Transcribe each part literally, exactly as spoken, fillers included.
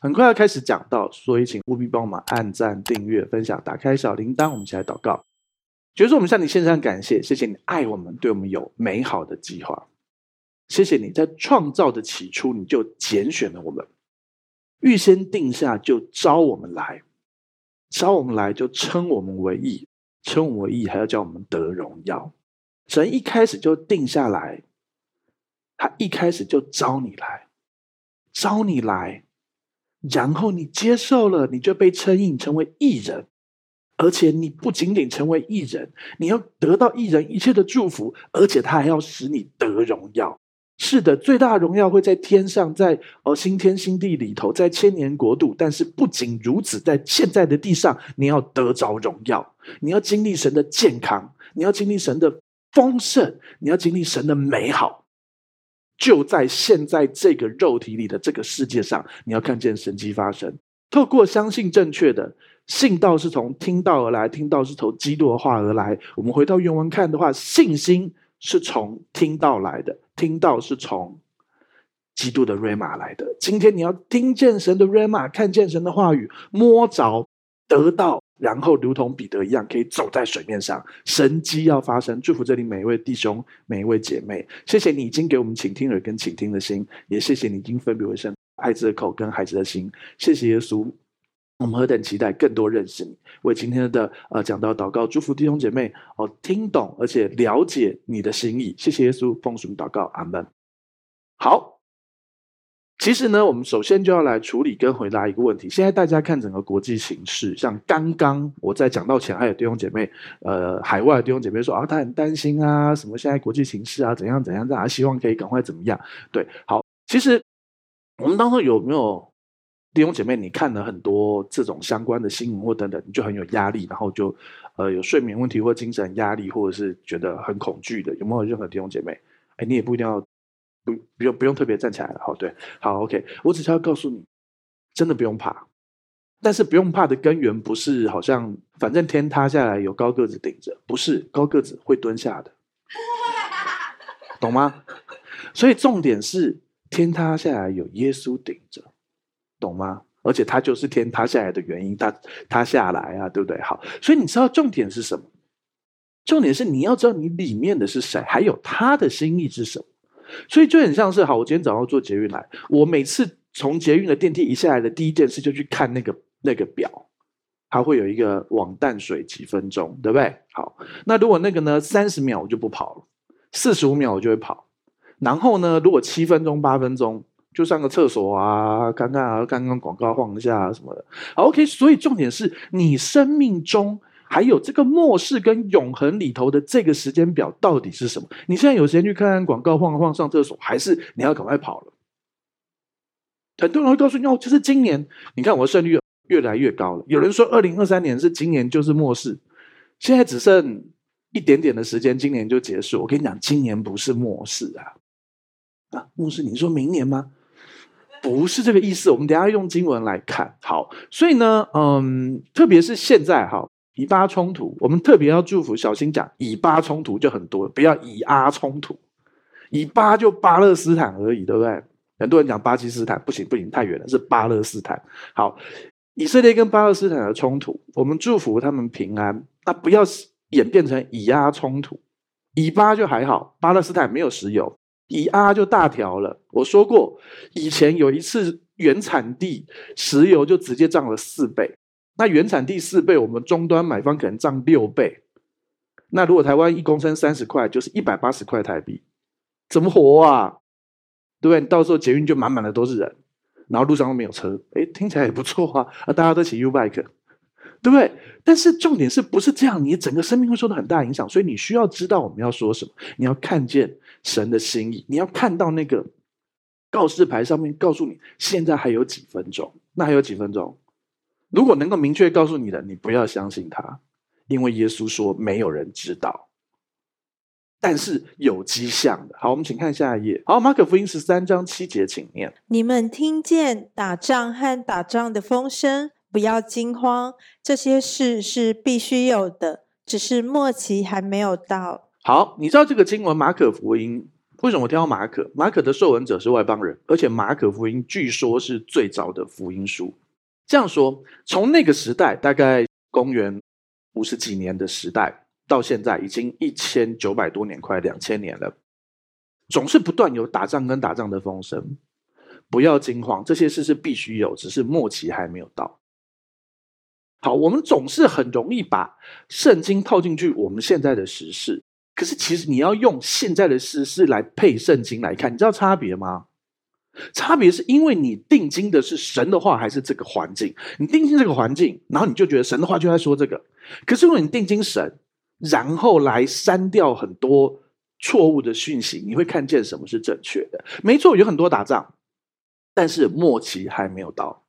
很快要开始讲到，所以请务必帮我们按赞、订阅、分享，打开小铃铛，我们一起来祷告。主耶稣，我们向你献上感谢，谢谢你爱我们，对我们有美好的计划。谢谢你在创造的起初，你就拣选了我们，预先定下就招我们来，招我们来就称我们为义，称我们为义还要叫我们得荣耀。神一开始就定下来，他一开始就招你来，招你来，然后你接受了，你就被称义成为义人。而且你不仅仅成为义人，你要得到义人一切的祝福，而且他还要使你得荣耀。是的，最大的荣耀会在天上，在、哦、新天新地里头，在千年国度。但是不仅如此，在现在的地上，你要得着荣耀，你要经历神的健康，你要经历神的丰盛，你要经历神的美好。就在现在这个肉体里的这个世界上，你要看见神迹发生。透过相信正确的信道是从听道而来，听道是从基督的话而来。我们回到原文看的话，信心是从听道来的，听道是从基督的瑞玛来的。今天你要听见神的瑞玛，看见神的话语，摸着得到，然后如同彼得一样可以走在水面上，神迹要发生。祝福这里每一位弟兄每一位姐妹，谢谢你已经给我们倾听耳跟倾听的心，也谢谢你已经分别为圣孩子的口跟孩子的心。谢谢耶稣，我们何等期待更多认识你。为今天的呃讲道祷告，祝福弟兄姐妹哦，听懂而且了解你的心意。谢谢耶稣，奉主祷告，阿们。好，其实呢，我们首先就要来处理跟回答一个问题。现在大家看整个国际形势，像刚刚我在讲道前，还有弟兄姐妹，呃，海外的弟兄姐妹说啊，他很担心啊，什么现在国际形势啊，怎样怎样，啊，希望可以赶快怎么样。对，好，其实我们当中有没有弟兄姐妹，你看了很多这种相关的新闻或等等，你就很有压力，然后就呃有睡眠问题或精神压力，或者是觉得很恐惧的，有没有任何弟兄姐妹？哎，你也不一定要不不用不用特别站起来了，好，对，好 ，OK， 我只是要告诉你，真的不用怕。但是不用怕的根源不是好像反正天塌下来有高个子顶着，不是，高个子会蹲下的，懂吗？所以重点是天塌下来有耶稣顶着，懂吗？而且他就是天塌下来的原因，他塌下来啊，对不对？好，所以你知道重点是什么？重点是你要知道你里面的是谁，还有他的心意是什么。所以就很像是，好，我今天早上坐捷运来，我每次从捷运的电梯一下来的第一件事就去看那个那个表，它会有一个往淡水几分钟，对不对？好，那如果那个呢三十秒我就不跑了，四十五秒我就会跑，然后呢如果七分钟八分钟就上个厕所啊，看看啊，刚刚广告晃一下啊什么的。好 OK， 所以重点是你生命中还有这个末世跟永恒里头的这个时间表到底是什么？你现在有时间去看看广告晃晃上厕所，还是你要赶快跑了？很多人会告诉你哦，就是今年你看我的胜率越来越高了。有人说二零二三年是今年就是末世，现在只剩一点点的时间，今年就结束。我跟你讲，今年不是末世啊！啊，末世你说明年吗？不是这个意思，我们等一下用经文来看。好，所以呢，嗯，特别是现在哈，以巴冲突，我们特别要祝福，小心讲，以巴冲突就很多，不要以阿冲突，以巴就巴勒斯坦而已，对不对？很多人讲巴基斯坦，不行不行，太远了，是巴勒斯坦。好，以色列跟巴勒斯坦的冲突，我们祝福他们平安，那不要演变成以阿冲突。以巴就还好，巴勒斯坦没有石油。以阿就大条了。我说过，以前有一次原产地石油就直接涨了四倍，那原产地四倍，我们终端买方可能涨六倍。那如果台湾一公升三十块，就是一百八十块台币，怎么活啊？对不对？到时候捷运就满满的都是人，然后路上都没有车，哎，听起来也不错啊，啊大家都骑 U-Bike。对不对？但是重点是不是这样？你整个生命会受到很大影响，所以你需要知道我们要说什么，你要看见神的心意，你要看到那个告示牌上面告诉你现在还有几分钟，那还有几分钟。如果能够明确告诉你的，你不要相信他，因为耶稣说没有人知道，但是有迹象的。好，我们请看下一页。好，马可福音十三章七节，请念： 你们听见打仗和打仗的风声，不要惊慌，这些事是必须有的，只是末期还没有到。 好，你知道这个经文马可福音为什么我挑马可？马可的受文者是外邦人，而且马可福音据说是最早的福音书。这样说，从那个时代，大概公元五十几年的时代，到现在已经一千九百多年，快两千年了，总是不断有打仗跟打仗的风声。不要惊慌，这些事是必须有，只是末期还没有到。好，我们总是很容易把圣经套进去我们现在的时事，可是其实你要用现在的时事来配圣经来看，你知道差别吗？差别是因为你定睛的是神的话还是这个环境。你定睛这个环境，然后你就觉得神的话就在说这个，可是如果你定睛神，然后来删掉很多错误的讯息，你会看见什么是正确的。没错，有很多打仗，但是末期还没有到。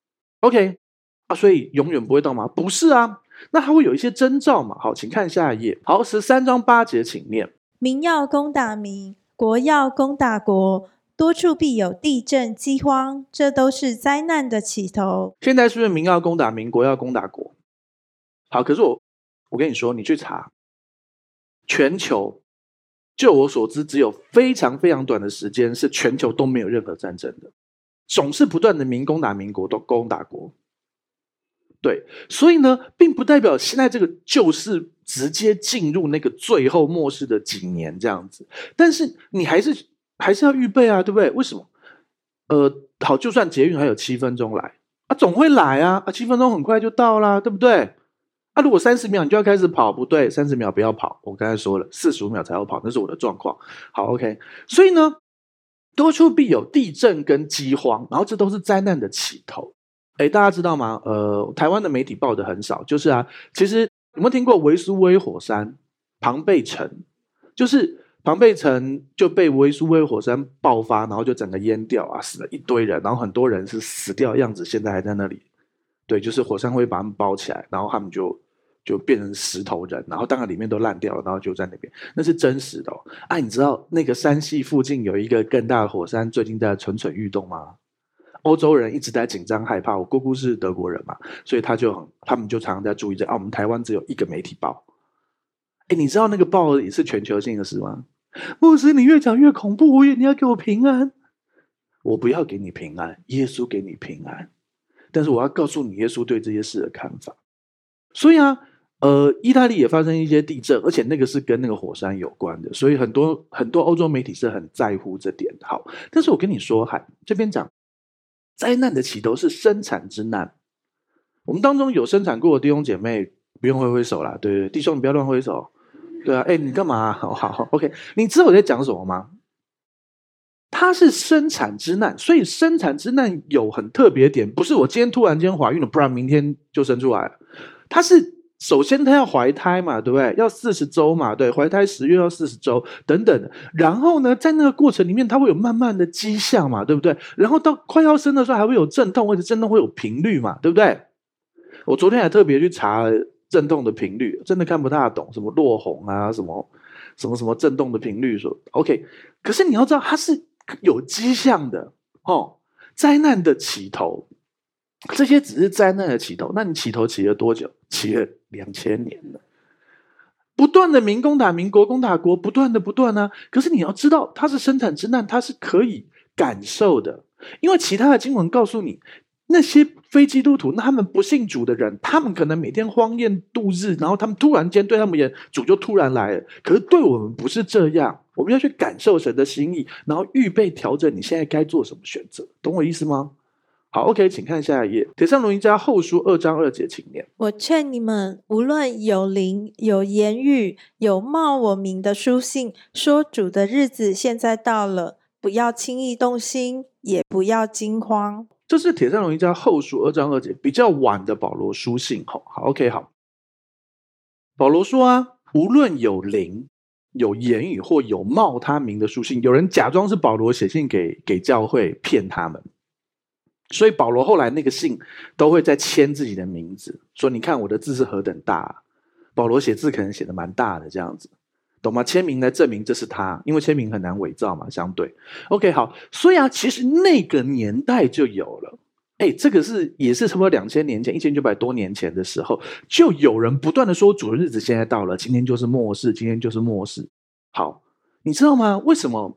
OK 啊，所以永远不会到吗？不是啊，那还会有一些征兆嘛。好，请看下一页。好，十三章八节请念。 民要攻打民，国要攻打国，多处必有地震饥荒，这都是灾难的起头。 现在是不是民要攻打民，国要攻打国？好，可是我我跟你说，你去查全球，就我所知只有非常非常短的时间是全球都没有任何战争的，总是不断的民攻打民，国都攻打国。对，所以呢并不代表现在这个就是直接进入那个最后末世的几年这样子，但是你还是还是要预备啊，对不对？为什么？呃，好，就算捷运还有七分钟来啊，总会来啊，啊，七分钟很快就到啦，对不对？啊，如果三十秒你就要开始跑，不对，三十秒不要跑，我刚才说了，四十五秒才要跑，那是我的状况。好 ，OK， 所以呢，多处必有地震跟饥荒，然后这都是灾难的起头。哎，大家知道吗？呃，台湾的媒体报的很少，就是啊，其实有没有听过维苏威火山、庞贝城？就是庞贝城就被维苏威火山爆发，然后就整个淹掉啊，死了一堆人，然后很多人是死掉的样子，现在还在那里。对，就是火山会把他们包起来，然后他们就就变成石头人，然后当然里面都烂掉了，然后就在那边，那是真实的哦。啊，你知道那个山系附近有一个更大的火山，最近在蠢蠢欲动吗？欧洲人一直在紧张害怕，我姑姑是德国人嘛，所以他就很，他们就常常在注意这啊。我们台湾只有一个媒体报，哎，你知道那个报也是全球性的事吗？牧师，你越讲越恐怖，我以为你要给我平安，我不要给你平安，耶稣给你平安，但是我要告诉你耶稣对这些事的看法。所以啊，呃，意大利也发生一些地震，而且那个是跟那个火山有关的，所以很多很多欧洲媒体是很在乎这点。好，但是我跟你说，嗨，这边讲。灾难的起头是生产之难，我们当中有生产过的弟兄姐妹不用挥挥手啦，对对，弟兄你不要乱挥手，对啊，哎，你干嘛啊？好好 OK， 你知道我在讲什么吗？它是生产之难，所以生产之难有很特别的点，不是我今天突然间怀孕了，不然明天就生出来了，它是首先他要怀胎嘛，对不对？要四十周嘛，对，怀胎十月要四十周等等的。然后呢，在那个过程里面，它会有慢慢的迹象嘛，对不对？然后到快要生的时候，还会有阵痛，而且阵痛会有频率嘛，对不对？我昨天还特别去查阵痛的频率，真的看不大懂，什么落红啊，什么什么什么阵痛的频率，说 OK。可是你要知道，它是有迹象的哦，灾难的起头。这些只是灾难的起头，那你起头起了多久？起了两千年了，不断的民攻打民，国攻打国，不断的不断啊。可是你要知道，它是生产之难，它是可以感受的，因为其他的经文告诉你，那些非基督徒，那他们不信主的人，他们可能每天荒宴度日，然后他们突然间对他们也主就突然来了。可是对我们不是这样，我们要去感受神的心意，然后预备调整你现在该做什么选择，懂我意思吗？好 ，OK， 请看下一页，帖撒罗尼迦后书二章二节，请念。 我劝你们，无论有灵、有言语、有冒我名的书信，说主的日子现在到了，不要轻易动心，也不要惊慌。 这是帖撒罗尼迦后书二章二节比较晚的保罗书信。好 ，OK， 好。保罗说啊，无论有灵、有言语或有冒他名的书信，有人假装是保罗写信给给教会骗他们。所以保罗后来那个信都会再签自己的名字，说你看我的字是何等大啊。保罗写字可能写得蛮大的这样子，懂吗？签名来证明这是他，因为签名很难伪造嘛，相对 OK 好。所以啊，其实那个年代就有了，哎，这个是也是差不多两千年前，一千九百多年前的时候，就有人不断的说主的日子现在到了，今天就是末世，今天就是末世。好，你知道吗？为什么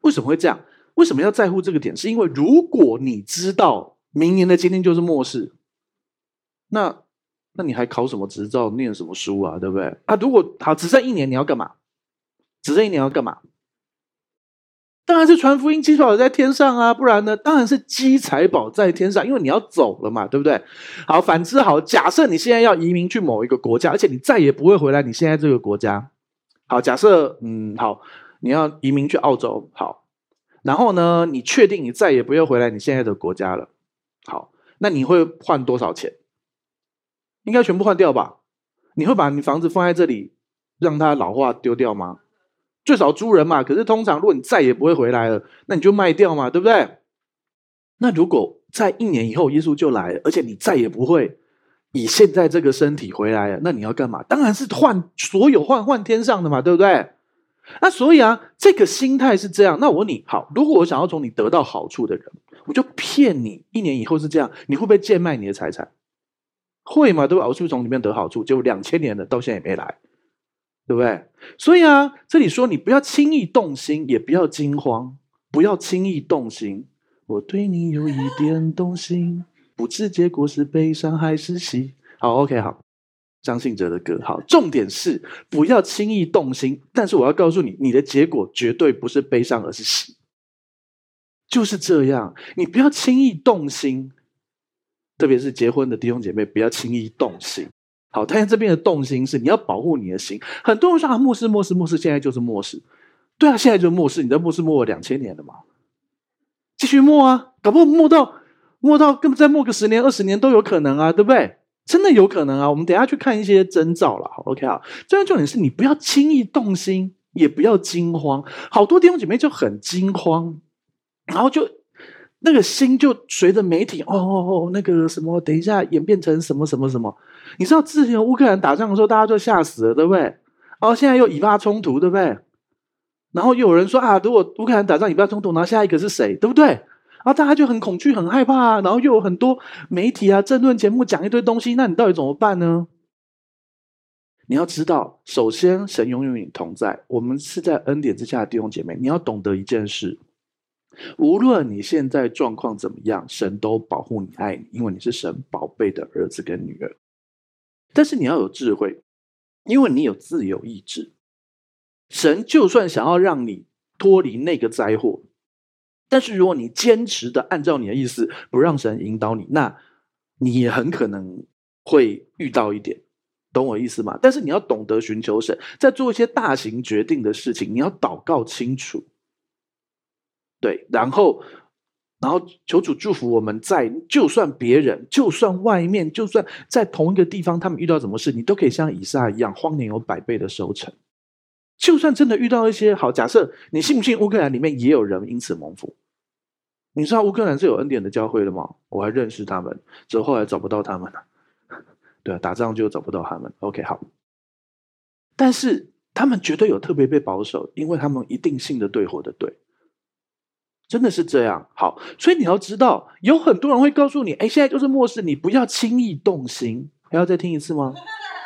为什么会这样？为什么要在乎这个点？是因为如果你知道明年的今天就是末世，那那你还考什么执照，念什么书啊，对不对？啊，如果好只剩一年，你要干嘛？只剩一年要干嘛？当然是传福音，积财宝在天上啊，不然呢？当然是积财宝在天上，因为你要走了嘛，对不对？好，反之好，假设你现在要移民去某一个国家，而且你再也不会回来你现在这个国家。好，假设嗯好，你要移民去澳洲，好，然后呢，你确定你再也不会回来你现在的国家了，好，那你会换多少钱？应该全部换掉吧？你会把你房子放在这里，让它老化丢掉吗？最少租人嘛，可是通常如果你再也不会回来了，那你就卖掉嘛，对不对？那如果在一年以后耶稣就来了，而且你再也不会以现在这个身体回来了，那你要干嘛？当然是换所有换换天上的嘛，对不对？那所以啊，这个心态是这样。那我问你，好，如果我想要从你得到好处的人，我就骗你一年以后是这样，你会不会贱卖你的财产？会嘛，对吧？我是不是从里面得好处？结果两千年了，到现在也没来。对不对？所以啊，这里说你不要轻易动心，也不要惊慌，不要轻易动心。我对你有一点动心，不知结果是悲伤还是喜。好 ，OK， 好，张信哲的歌。好，重点是不要轻易动心，但是我要告诉你，你的结果绝对不是悲伤，而是喜。就是这样，你不要轻易动心，特别是结婚的弟兄姐妹，不要轻易动心。好，但是这边的动心是你要保护你的心。很多人说啊，末世末世末世，现在就是末世。对啊，现在就是末世，你的末世末了两千年了嘛，继续末啊，搞不好末到末到根本再末个十年二十年都有可能啊，对不对？真的有可能啊。我们等一下去看一些征兆了。好 ，OK 好，这边重点是你不要轻易动心，也不要惊慌。好多弟兄姐妹就很惊慌，然后就。那个心就随着媒体哦哦哦，那个什么，等一下演变成什么什么什么。你知道之前乌克兰打仗的时候，大家就吓死了，对不对？然后现在又以巴冲突，对不对？然后又有人说啊，如果乌克兰打仗以巴冲突，然后下一个是谁，对不对？然后大家就很恐惧、很害怕啊。然后又有很多媒体啊、政论节目讲一堆东西，那你到底怎么办呢？你要知道，首先神永远与你同在，我们是在恩典之下的弟兄姐妹，你要懂得一件事。无论你现在状况怎么样，神都保护你、爱你，因为你是神宝贝的儿子跟女儿。但是你要有智慧，因为你有自由意志。神就算想要让你脱离那个灾祸，但是如果你坚持的按照你的意思，不让神引导你，那你也很可能会遇到一点，懂我意思吗？但是你要懂得寻求神，在做一些大型决定的事情，你要祷告清楚。对，然后，然后求主祝福我们在，就算别人，就算外面，就算在同一个地方，他们遇到什么事，你都可以像以撒一样，荒年有百倍的收成。就算真的遇到一些好，假设你信不信乌克兰里面也有人因此蒙福？你知道乌克兰是有恩典的教会的吗？我还认识他们，只是后来找不到他们了。对啊，打仗就找不到他们。OK， 好，但是他们绝对有特别被保守，因为他们一定信的对或的对。真的是这样。好，所以你要知道，有很多人会告诉你，哎，现在就是末世，你不要轻易动心。还要再听一次吗？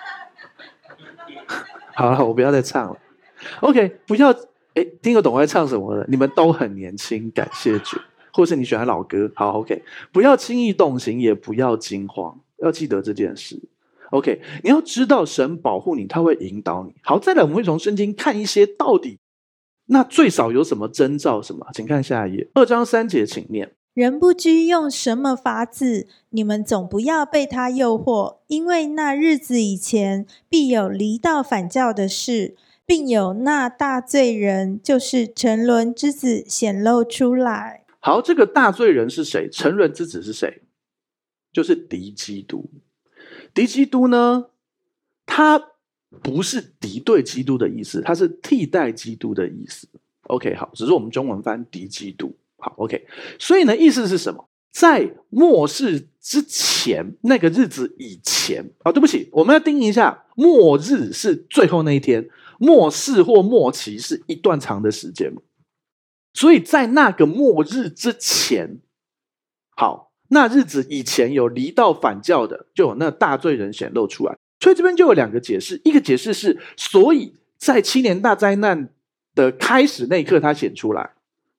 好了，我不要再唱了。OK， 不要，哎，听得懂我在唱什么的？你们都很年轻，感谢主。或是你喜欢老歌，好 ，OK， 不要轻易动心，也不要惊慌，要记得这件事。OK， 你要知道神保护你，他会引导你。好，再来我们会从圣经看一些到底。那最少有什么征兆？什么？请看下一页，二章三节，请念。 人不知用什么法子，你们总不要被他诱惑，因为那日子以前，必有离道反教的事，并有那大罪人，就是沉沦之子显露出来。 好，这个大罪人是谁？沉沦之子是谁？就是敌基督。敌基督呢，他不是敌对基督的意思，它是替代基督的意思。OK， 好，只是我们中文翻敌基督。好 ，OK， 所以呢，意思是什么？在末世之前，那个日子以前啊，对不起，我们要定义一下，末日是最后那一天，末世或末期是一段长的时间。所以在那个末日之前，好，那日子以前有离道反教的，就有那大罪人显露出来。所以这边就有两个解释，一个解释是，所以在七年大灾难的开始那一刻他显出来，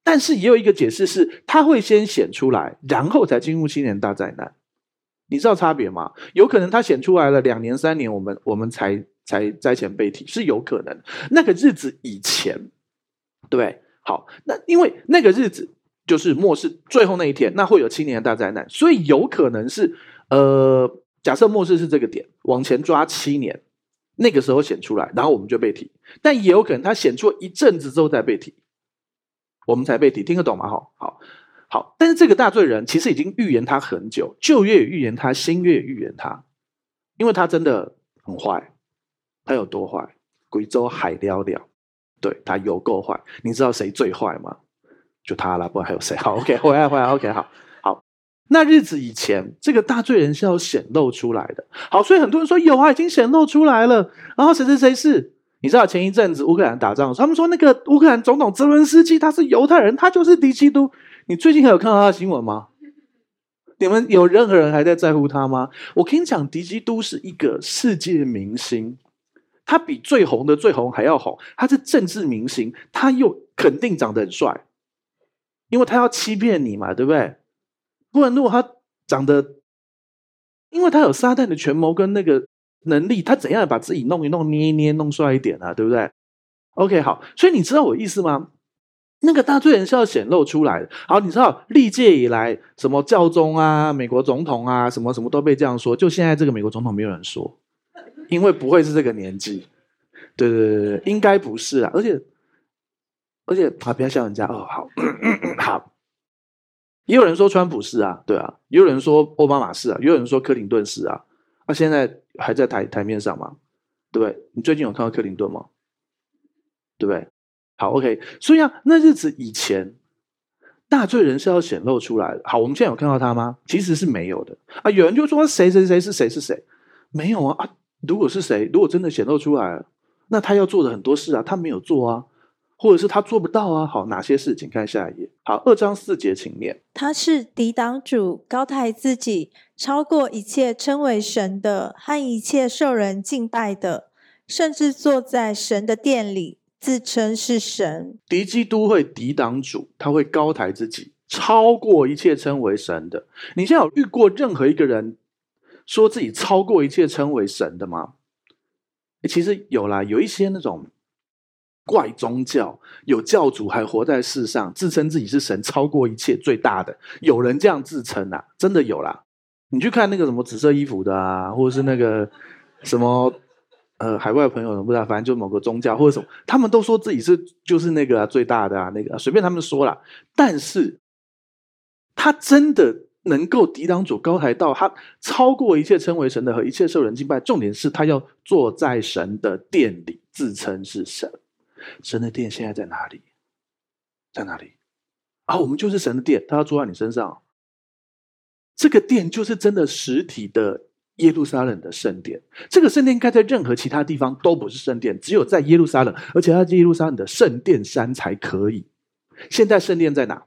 但是也有一个解释是，它会先显出来，然后才进入七年大灾难。你知道差别吗？有可能它显出来了两年三年，我们我们才才灾前被提，是有可能。那个日子以前，对不对？好，那因为那个日子就是末世最后那一天，那会有七年的大灾难，所以有可能是呃，假设末世是这个点，往前抓七年，那个时候显出来，然后我们就被提。但也有可能它显出一阵子之后再被提，我们才被提，听得懂吗？好，好。好，但是这个大罪人其实已经预言他很久，旧约也预言他，新约也预言他，因为他真的很坏。他有多坏？贵州海寥寥，对，他有够坏。你知道谁最坏吗？就他啦，不然还有谁？好 ，OK， 回来回来 ，OK， 好，好。那日子以前，这个大罪人是要显露出来的。好，所以很多人说有啊，已经显露出来了。然后谁谁谁是？你知道前一阵子乌克兰打仗，他们说那个乌克兰总统泽伦斯基他是犹太人，他就是敌基督。你最近还有看到他的新闻吗？你们有任何人还在在乎他吗？我跟你讲，敌基督是一个世界明星，他比最红的最红还要红，他是政治明星，他又肯定长得很帅，因为他要欺骗你嘛，对不对？不然如果他长得，因为他有撒旦的权谋跟那个能力，他怎样把自己弄一弄、捏一捏、弄帅一点啊，对不对 ？OK， 好，所以你知道我意思吗？那个大罪人是要显露出来的。好，你知道历届以来，什么教宗啊、美国总统啊，什么什么都被这样说，就现在这个美国总统没有人说，因为不会是这个年纪。对对对对，应该不是啊。而且而且啊，不要笑人家哦。好，好。也有人说川普是啊，对啊，也有人说奥巴马是啊，也有人说克林顿是啊。那、啊、现在还在台台面上吗？对不对？你最近有看到克林顿吗？对不对？好 ，OK， 所以啊，那日子以前，大罪人是要显露出来的。好，我们现在有看到他吗？其实是没有的啊。有人就说谁谁谁是谁是谁，没有啊啊！如果是谁，如果真的显露出来了，那他要做的很多事啊，他没有做啊，或者是他做不到啊。好，哪些事？请看下一页。好，二章四节，请念。 他是抵挡主，高抬自己，超过一切称为神的和一切受人敬拜的，甚至坐在神的殿里。自称是神。 敌基督会抵挡主，他会高抬自己，超过一切称为神的。你现在有遇过任何一个人说自己超过一切称为神的吗？其实有啦，有一些那种怪宗教，有教主还活在世上，自称自己是神，超过一切最大的，有人这样自称啊，真的有啦。你去看那个什么紫色衣服的啊，或者是那个什么呃海外朋友不知道，反正就某个宗教或者什么，他们都说自己是就是那个、啊、最大的啊，那个、啊、随便他们说啦。但是他真的能够抵挡主，高抬到他超过一切称为神的和一切受人敬拜。重点是他要坐在神的殿里，自称是神。神的殿现在在哪里？在哪里？啊，我们就是神的殿，他要坐在你身上。这个殿就是真的实体的耶路撒冷的圣殿。这个圣殿盖在任何其他地方都不是圣殿，只有在耶路撒冷，而且它是耶路撒冷的圣殿山才可以。现在圣殿在哪？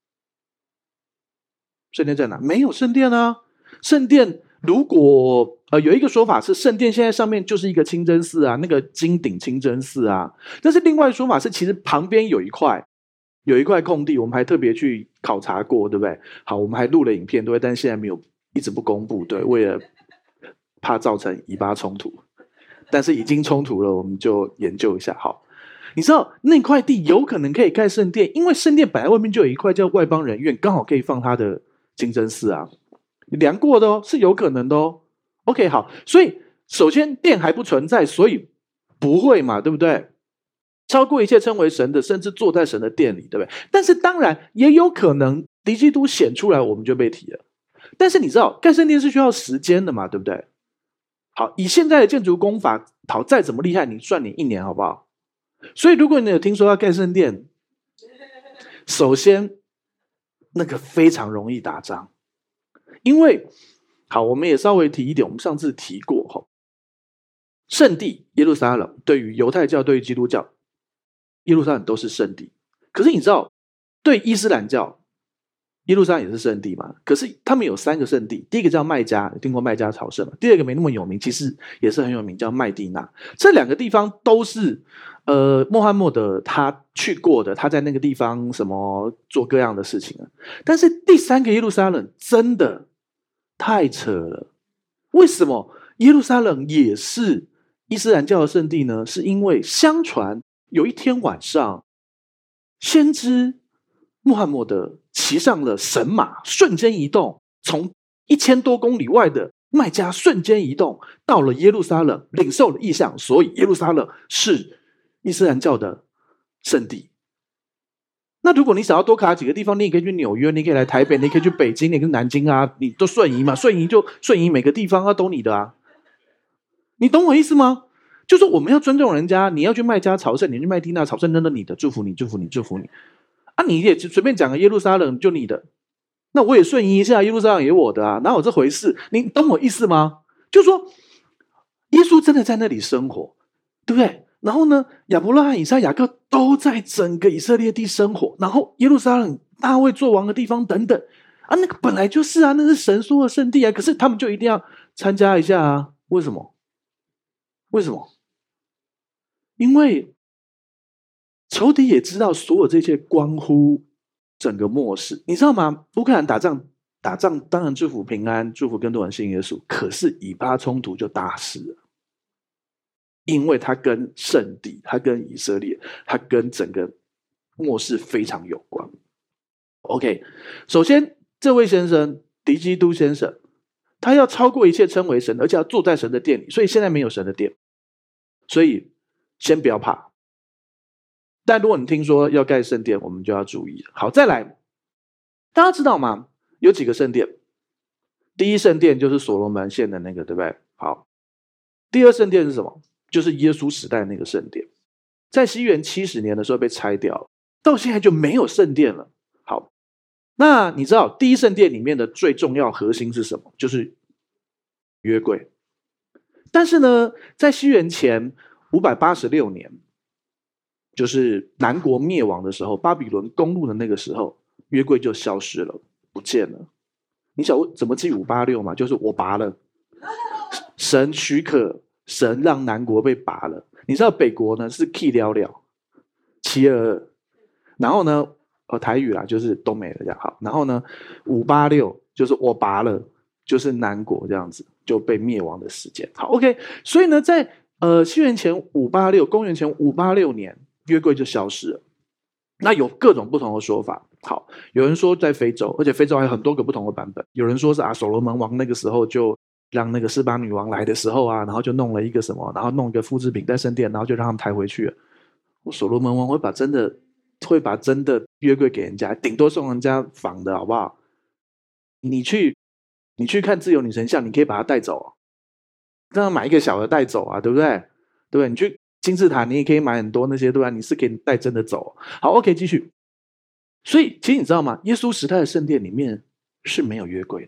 圣殿在哪？没有圣殿啊！圣殿如果呃有一个说法是，圣殿现在上面就是一个清真寺啊，那个金顶清真寺啊。但是另外一个说法是，其实旁边有一块有一块空地，我们还特别去考察过，对不对？好，我们还录了影片，对不对？但是现在没有，一直不公布，对，为了怕造成以巴冲突。但是已经冲突了，我们就研究一下。好，你知道那块地有可能可以盖圣殿，因为圣殿本来外面就有一块叫外邦人院，刚好可以放他的清真寺啊，量过的哦，是有可能的哦。OK， 好，所以首先殿还不存在，所以不会嘛，对不对？超过一切称为神的，甚至坐在神的殿里，对不对？但是当然也有可能敌基督显出来，我们就被提了。但是你知道盖圣殿是需要时间的嘛，对不对？好，以现在的建筑工法，好，再怎么厉害，你算你一年好不好？所以如果你有听说要盖圣殿，首先那个非常容易打仗，因为好，我们也稍微提一点，我们上次提过，圣地耶路撒冷对于犹太教、对于基督教，耶路撒冷都是圣地。可是你知道，对伊斯兰教， 耶路撒冷也是圣地嘛，可是他们有三个圣地，第一个叫麦加，听过麦加朝圣嘛？第二个没那么有名，其实也是很有名，叫麦地那。这两个地方都是呃穆罕默德他去过的，他在那个地方什么做各样的事情啊。但是第三个耶路撒冷真的太扯了，为什么耶路撒冷也是伊斯兰教的圣地呢？是因为相传有一天晚上，先知穆罕默德骑上了神马，瞬间移动，从一千多公里外的麦加瞬间移动到了耶路撒冷，领受了异象，所以耶路撒冷是伊斯兰教的圣地。那如果你想要多卡几个地方，你也可以去纽约，你可以来台北，你可以去北京，你可以去南京啊，你都瞬移嘛，瞬移就瞬移每个地方啊，都你的啊。你懂我意思吗？就说我们要尊重人家，你要去麦加朝圣，你去麦地那朝圣，那都你的，祝福你，祝福你，祝福你。啊，你也随便讲个耶路撒冷就你的，那我也瞬移一下，耶路撒冷也我的啊，哪有这回事？你懂我意思吗？就说耶稣真的在那里生活，对不对？然后呢，亚伯拉罕、以撒、雅各都在整个以色列地生活，然后耶路撒冷大卫做王的地方等等啊，那个本来就是啊，那是神说的圣地啊，可是他们就一定要参加一下啊？为什么？为什么？因为仇敌也知道所有这些关乎整个末世，你知道吗？乌克兰打仗，打仗当然祝福平安，祝福更多人信耶稣，可是以巴冲突就大事了，因为它跟圣地，它跟以色列，它跟整个末世非常有关。OK， 首先这位先生敌基督先生，他要超过一切称为神，而且要坐在神的殿里，所以现在没有神的殿，所以先不要怕。但如果你听说要盖圣殿，我们就要注意了。好，再来，大家知道吗？有几个圣殿？第一圣殿就是所罗门献的那个，对不对？好，第二圣殿是什么？就是耶稣时代那个圣殿，在西元七十年的时候被拆掉了，到现在就没有圣殿了。好，那你知道第一圣殿里面的最重要核心是什么？就是约柜。但是呢，在西元前五百八十六年，就是南国灭亡的时候，巴比伦攻入的那个时候，约柜就消失了，不见了。你想怎么记五八六嘛？就是我拔了，神许可，神让南国被拔了。你知道北国呢是 key 了了七二二，然后呢，呃台语啦就是都没了这样。好，然后呢五八六就是我拔了，就是南国这样子就被灭亡的时间。好 ，OK， 所以呢，在呃西元前五八六，公元前五八六年。约柜就消失了，那有各种不同的说法。好，有人说在非洲，而且非洲还有很多个不同的版本。有人说是啊，所罗门王那个时候就让那个示巴女王来的时候啊，然后就弄了一个什么，然后弄一个复制品在圣殿，然后就让他们抬回去了。所罗门王会把真的会把真的约柜给人家，顶多送人家仿的好不好？你去你去看自由女神像，你可以把它带走，这样买一个小的带走啊，对不对？对不对？你去金字塔你也可以买很多那些，对吧？你是可以带真的走。好 ，OK， 继续。所以其实你知道吗？耶稣时代的圣殿里面是没有约柜的，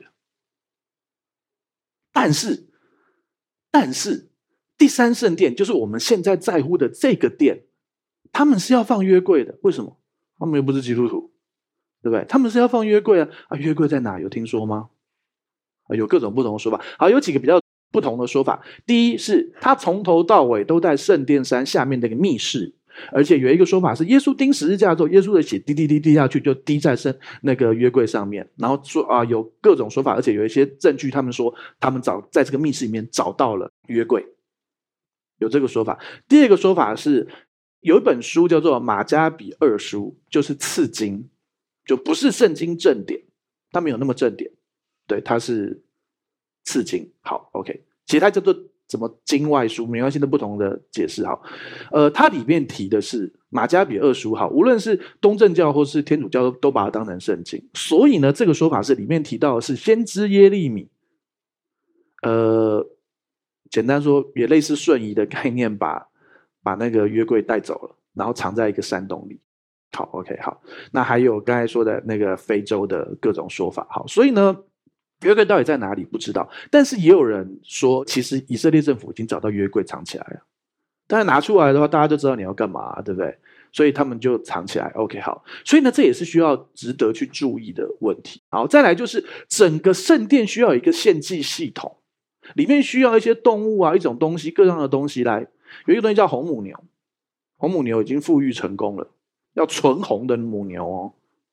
但是，但是第三圣殿就是我们现在在乎的这个殿，他们是要放约柜的。为什么？他们又不是基督徒，对不对？他们是要放约柜啊！啊，约柜在哪？有听说吗？啊，有各种不同的说法。好，有几个比较不同的说法。第一是他从头到尾都在圣殿山下面那个密室，而且有一个说法是耶稣钉十字架之后，耶稣的血滴滴滴滴下去，就滴在圣那个约柜上面。然后说啊，有各种说法，而且有一些证据，他们说他们找在这个密室里面找到了约柜，有这个说法。第二个说法是有一本书叫做《马加比二书》，就是次经，就不是圣经正典，它没有那么正典，对，它是次经。好 ，OK， 其实它叫做什么经外书，没关系的不同的解释。好，呃，它里面提的是马加比二书，好，无论是东正教或是天主教都把它当成圣经，所以呢，这个说法是里面提到的是先知耶利米，呃，简单说也类似瞬移的概念把，把那个约柜带走了，然后藏在一个山洞里。好 ，OK， 好，那还有刚才说的那个非洲的各种说法。好，所以呢，约柜到底在哪里不知道，但是也有人说其实以色列政府已经找到约柜藏起来了，但是拿出来的话大家就知道你要干嘛，对不对？ 所以他们就藏起来。 OK 好，所以呢这也是需要值得去注意的问题。好，再来就是整个圣殿需要有一个献祭系统，里面需要一些动物啊，一种东西，各样的东西来。有一个东西叫红母牛，红母牛已经复育成功了，要纯红的母牛哦，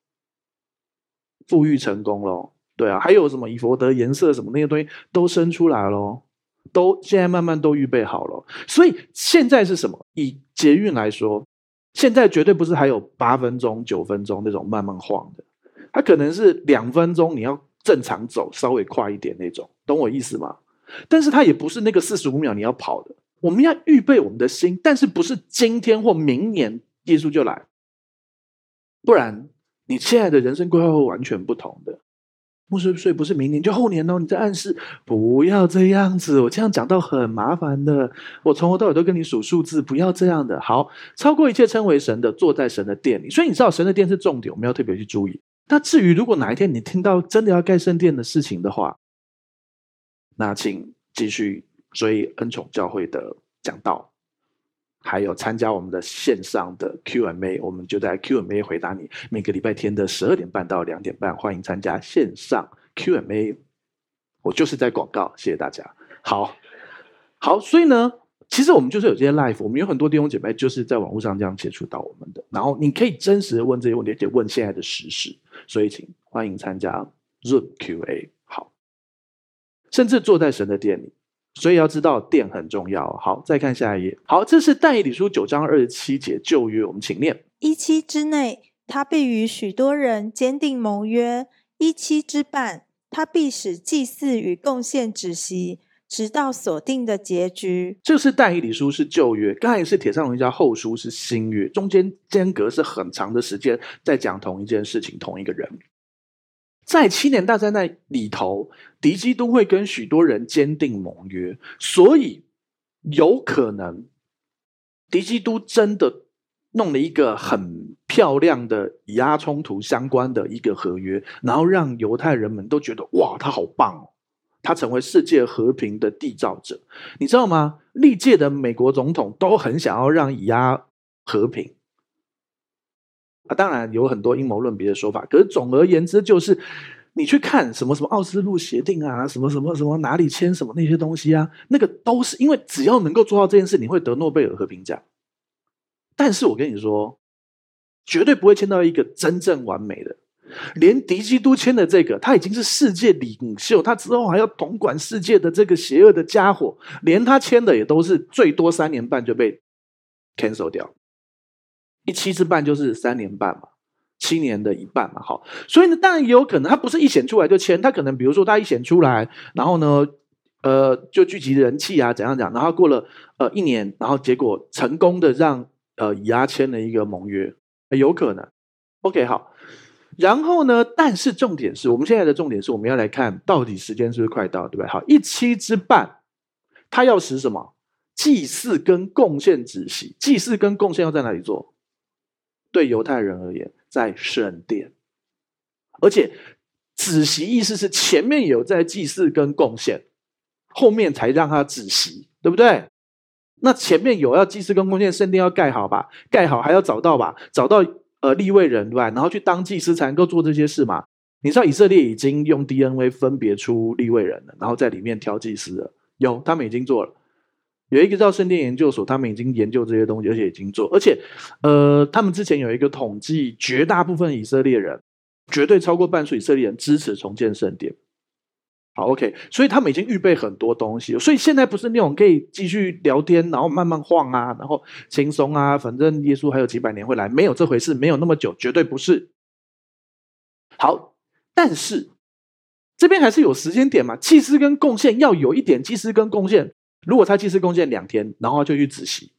复育成功了。对啊，还有什么以佛得颜色什么那些东西都生出来了，都现在慢慢都预备好了。所以现在是什么？以捷运来说，现在绝对不是还有八分钟九分钟那种慢慢晃的，它可能是两分钟你要正常走稍微快一点那种，懂我意思吗？但是它也不是那个四十五秒你要跑的，我们要预备我们的心，但是不是今天或明年耶稣就来，不然你现在的人生规划会完全不同的。牧师，所以不是明年就后年哦，你在暗示不要这样子，我这样讲到很麻烦的，我从头到尾都跟你数数字，不要这样的。好，超过一切称为神的，坐在神的殿里，所以你知道神的殿是重点，我们要特别去注意。那至于如果哪一天你听到真的要盖圣殿的事情的话，那请继续追恩宠教会的讲道，还有参加我们的线上的 Q and A， 我们就在 Q and A 回答你。每个礼拜天的十二点半到两点半，欢迎参加线上 Q and A。我就是在广告，谢谢大家。好，好，所以呢，其实我们就是有这些 live， 我们有很多弟兄姐妹就是在网络上这样接触到我们的，然后你可以真实的问这些问题，而且问现在的时事，所以请欢迎参加 Zoom Q and A。好，甚至坐在神的殿里。所以要知道殿很重要。好，再看下一页。好，这是但以理书九章二十七节旧约，我们请念。 一期之内，他必与许多人坚定盟约；一期之半，他必使祭祀与贡献止息，直到所定的结局。 这是但以理书是旧约，刚才是帖撒罗尼迦后书是新约，中间间隔是很长的时间在讲同一件事情，同一个人。在七年大灾难里头，敌基督会跟许多人坚定盟约，所以有可能敌基督真的弄了一个很漂亮的以阿冲突相关的一个合约，然后让犹太人们都觉得哇，他好棒哦，他成为世界和平的缔造者。你知道吗？历届的美国总统都很想要让以阿和平啊，当然有很多阴谋论别的说法，可是总而言之就是你去看什么什么奥斯陆协定啊，什么什么什么哪里签什么那些东西啊，那个都是因为只要能够做到这件事，你会得诺贝尔和平奖。但是我跟你说，绝对不会签到一个真正完美的。连敌基督签的这个，他已经是世界领袖，他之后还要统管世界的这个邪恶的家伙，连他签的也都是最多三年半就被 cancel 掉。一期之半就是三年半嘛，七年的一半嘛，好，所以呢，当然也有可能他不是一显出来就签，他可能比如说他一显出来，然后呢，呃，就聚集人气啊，怎样讲，然后过了呃一年，然后结果成功的让呃以阿签了一个盟约，有可能。OK， 好，然后呢，但是重点是我们现在的重点是我们要来看到底时间是不是快到，对不对？好，一期之半，他要使什么？祭祀跟贡献止息，祭祀跟贡献要在哪里做？对犹太人而言，在圣殿，而且止息意思是前面有在祭祀跟贡献，后面才让他止息，对不对？那前面有要祭祀跟贡献，圣殿要盖好吧，盖好还要找到吧，找到呃利未人对吧？然后去当祭司才能够做这些事嘛。你知道以色列已经用 D N A 分别出利未人了，然后在里面挑祭司了，有他们已经做了。有一个叫圣殿研究所，他们已经研究这些东西，而且已经做，而且，呃，他们之前有一个统计，绝大部分以色列人，绝对超过半数以色列人支持重建圣殿。好 ，OK， 所以他们已经预备很多东西了，所以现在不是那种可以继续聊天，然后慢慢晃啊，然后轻松啊，反正耶稣还有几百年会来，没有这回事，没有那么久，绝对不是。好，但是这边还是有时间点嘛，祭司跟贡献要有一点祭司跟贡献。如果他祭司贡献两天，然后就去止息，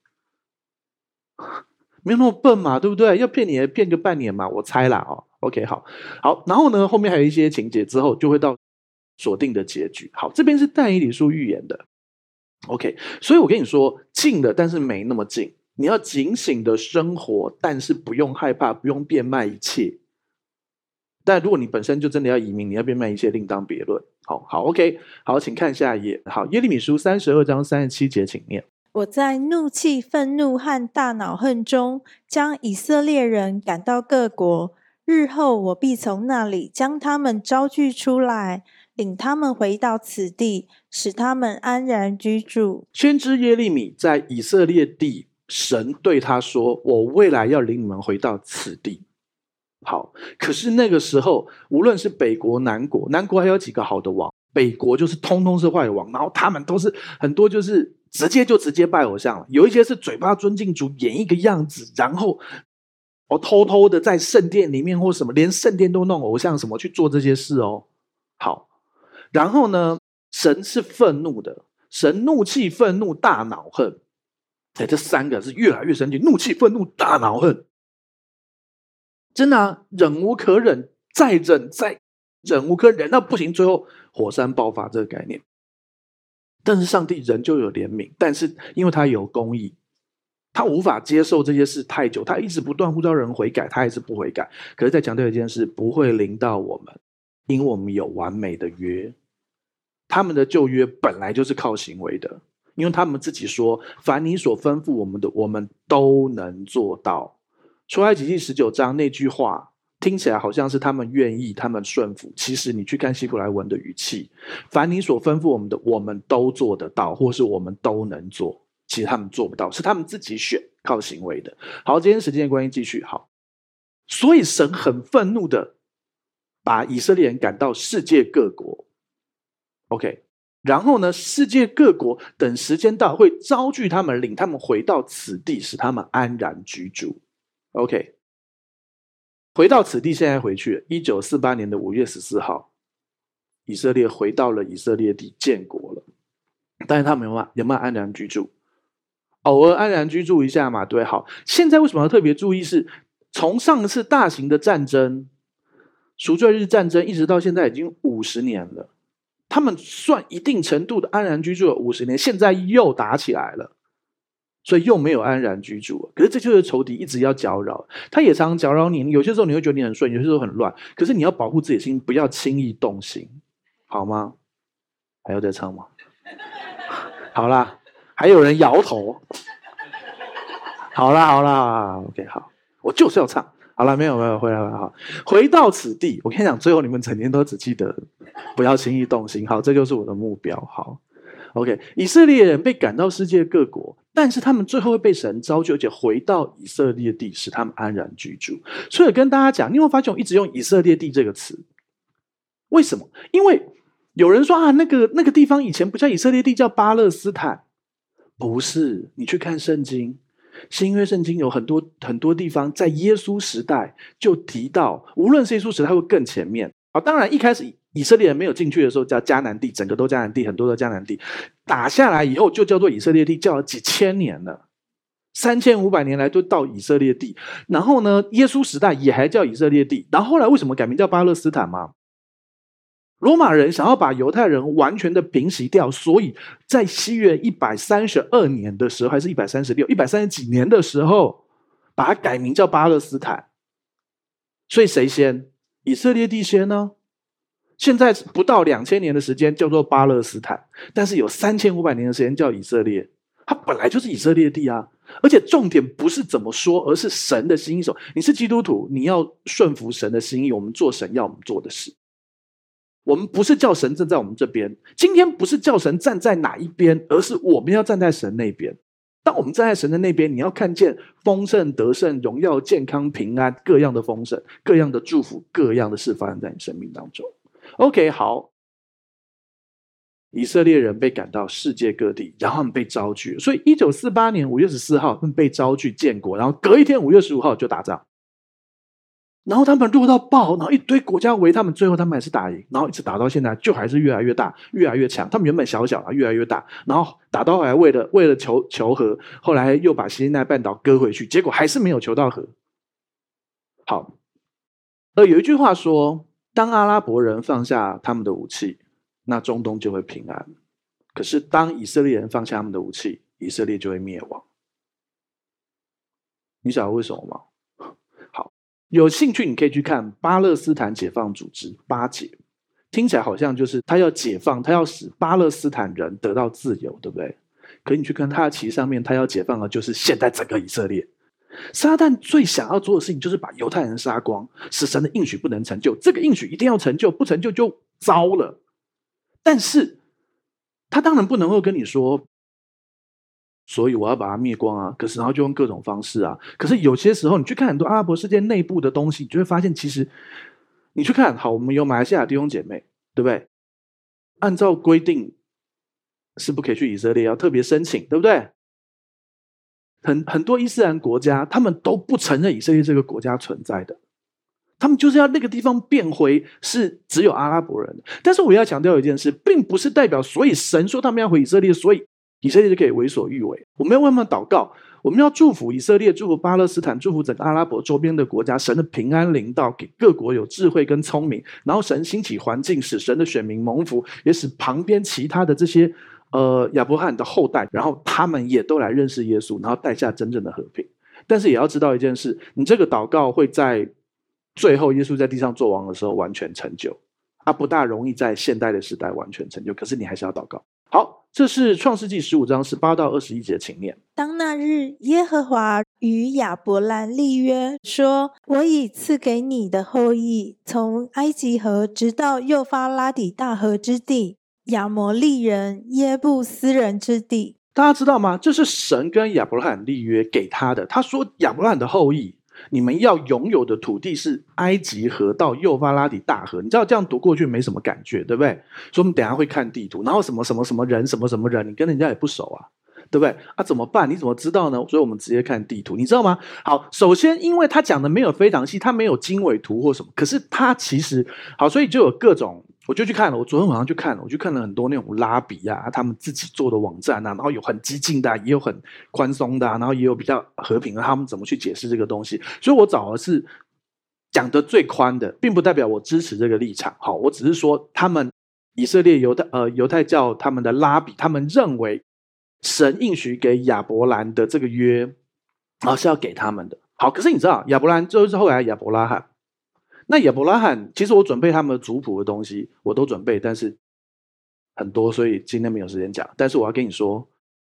没有那么笨嘛，对不对？要骗你也骗个半年嘛，我猜啦哦。OK， 好，好，然后呢，后面还有一些情节之后就会到锁定的结局。好，这边是但以理书预言的。OK， 所以我跟你说，近了，但是没那么近。你要警醒的生活，但是不用害怕，不用变卖一切。但如果你本身就真的要移民，你要变卖一切，另当别论。好好 ，OK， 好，请看下一页。好，耶利米书三十二章三十七节，请念。 我在怒气、愤怒和大恼恨中，将以色列人赶到各国。日后我必从那里将他们招聚出来，领他们回到此地，使他们安然居住。 先知耶利米在以色列地，神对他说：我未来要领你们回到此地。好，可是那个时候，无论是北国、南国，南国还有几个好的王，北国就是通通是坏王，然后他们都是很多就是直接就直接拜偶像了，有一些是嘴巴尊敬主，演一个样子，然后我偷偷的在圣殿里面或什么，连圣殿都弄偶像什么去做这些事哦。好，然后呢，神是愤怒的，神怒气、愤怒、大恼恨，哎，这三个是越来越生气，怒气、愤怒、大恼恨，真的啊，忍无可忍，再忍再忍无可忍到不行，最后火山爆发这个概念。但是上帝人就有怜悯，但是因为他有公义，他无法接受这些事太久，他一直不断呼召人悔改，他还是不悔改。可是再强调一件事，不会临到我们，因为我们有完美的约。他们的旧约本来就是靠行为的，因为他们自己说，凡你所吩咐我们的，我们都能做到。出埃及记十九章那句话听起来好像是他们愿意，他们顺服，其实你去看希伯来文的语气，凡你所吩咐我们的，我们都做得到，或是我们都能做，其实他们做不到，是他们自己选靠行为的。好，今天时间的关系继续。好，所以神很愤怒的把以色列人赶到世界各国， OK， 然后呢，世界各国等时间到会招聚他们，领他们回到此地，使他们安然居住。 OK， 回到此地，现在回去了一九四八年的五月十四号，以色列回到了以色列地，建国了。但是他们有没有有没有安然居住？偶尔安然居住一下嘛，对。好，现在为什么要特别注意是，从上一次大型的战争赎罪日战争一直到现在已经五十年了，他们算一定程度的安然居住了五十年，现在又打起来了，所以又没有安然居住。可是这就是仇敌一直要搅扰，他也常常搅扰你，有些时候你会觉得你很顺，有些时候很乱，可是你要保护自己的心，不要轻易动心，好吗？还要再唱吗？好啦，还有人摇头。好啦好啦 OK， 好，我就是要唱。好了，没有没有，回来了。好，回到此地，我跟你讲，最后你们整天都只记得不要轻易动心。好，这就是我的目标。好 OK， 以色列人被赶到世界各国，但是他们最后会被神招聚，而且回到以色列地，使他们安然居住。所以跟大家讲，你有没有发现我一直用以色列地这个词？为什么？因为有人说啊，那个那个地方以前不叫以色列地，叫巴勒斯坦。不是，你去看圣经，新约圣经有很多很多地方在耶稣时代就提到，无论是耶稣时代会更前面。好，当然一开始以色列人没有进去的时候叫迦南地，整个都迦南地，很多的迦南地打下来以后就叫做以色列地，叫了几千年了，三千五百年来都到以色列地。然后呢，耶稣时代也还叫以色列地，然后后来为什么改名叫巴勒斯坦吗？罗马人想要把犹太人完全的平息掉，所以在西元一百三十二年的时候，还是一百三十六、一百三十几年的时候，把它改名叫巴勒斯坦。所以谁先？以色列地先呢？现在不到两千年的时间叫做巴勒斯坦，但是有三千五百年的时间叫以色列。它本来就是以色列地啊，而且重点不是怎么说，而是神的心意。你是基督徒，你要顺服神的心意，我们做神要我们做的事。我们不是叫神站在我们这边，今天不是叫神站在哪一边，而是我们要站在神那边。当我们站在神的那边，你要看见丰盛、得胜、荣耀、健康、平安，各样的丰盛，各样的祝福，各样的事发生在你生命当中。 OK， 好，以色列人被赶到世界各地，然后他们被招聚，所以一九四八年五月十四号他们被招聚建国，然后隔一天五月十五号就打仗，然后他们弱到爆，然后一堆国家围他们，最后他们还是打赢，然后一直打到现在，就还是越来越大，越来越强。他们原本小小的，越来越大，然后打到后来为了为了求求和，后来又把西奈半岛割回去，结果还是没有求到和。好，而有一句话说，当阿拉伯人放下他们的武器，那中东就会平安；可是当以色列人放下他们的武器，以色列就会灭亡。你晓得为什么吗？有兴趣你可以去看巴勒斯坦解放组织巴解，听起来好像就是他要解放，他要使巴勒斯坦人得到自由，对不对？ 可是你去看他的旗上面，他要解放的就是现在整个以色列。撒旦最想要做的事情就是把犹太人杀光，使神的应许不能成就，这个应许一定要成就，不成就就糟了。但是他当然不能够跟你说，所以我要把它灭光啊，可是然后就用各种方式啊。可是有些时候你去看很多阿拉伯世界内部的东西，你就会发现其实你去看，好，我们有马来西亚弟兄姐妹，对不对？按照规定是不可以去以色列，要特别申请，对不对？很很多伊斯兰国家他们都不承认以色列这个国家存在的，他们就是要那个地方变回是只有阿拉伯人的。但是我要强调一件事，并不是代表所以神说他们要回以色列，所以以色列就可以为所欲为。我们要为他们祷告，我们要祝福以色列，祝福巴勒斯坦，祝福整个阿拉伯周边的国家，神的平安临到，给各国有智慧跟聪明，然后神兴起环境，使神的选民蒙福，也使旁边其他的这些呃亚伯拉罕的后代，然后他们也都来认识耶稣，然后带下真正的和平。但是也要知道一件事，你这个祷告会在最后耶稣在地上做王的时候完全成就，啊，不大容易在现代的时代完全成就，可是你还是要祷告。好，这是创世纪十五章十八到二十一节，请念。 当那日，耶和华与亚伯兰立约，说：我已赐给你的后裔，从埃及河直到幼发拉底大河之地，亚摩利人、耶布斯人之地。 大家知道吗？这是神跟亚伯拉罕立约给他的。他说亚伯拉罕的后裔，你们要拥有的土地是埃及河到幼发拉底大河。你知道这样读过去没什么感觉，对不对？所以我们等一下会看地图，然后什么什么什么人什么什么人，你跟人家也不熟啊，对不对啊？怎么办？你怎么知道呢？所以我们直接看地图，你知道吗？好，首先因为他讲的没有非常细，他没有经纬图或什么，可是他其实好，所以就有各种，我就去看了，我昨天晚上去看了，我去看了很多那种拉比啊，他们自己做的网站啊，然后有很激进的、啊，也有很宽松的、啊，然后也有比较和平的，他们怎么去解释这个东西。所以我找的是讲的最宽的，并不代表我支持这个立场。好，我只是说他们以色列犹太呃犹太教他们的拉比，他们认为神应许给亚伯兰的这个约啊是要给他们的。好，可是你知道亚伯兰就是后来亚伯拉罕。那亚伯拉罕，其实我准备他们的族谱的东西，我都准备，但是很多，所以今天没有时间讲。但是我要跟你说，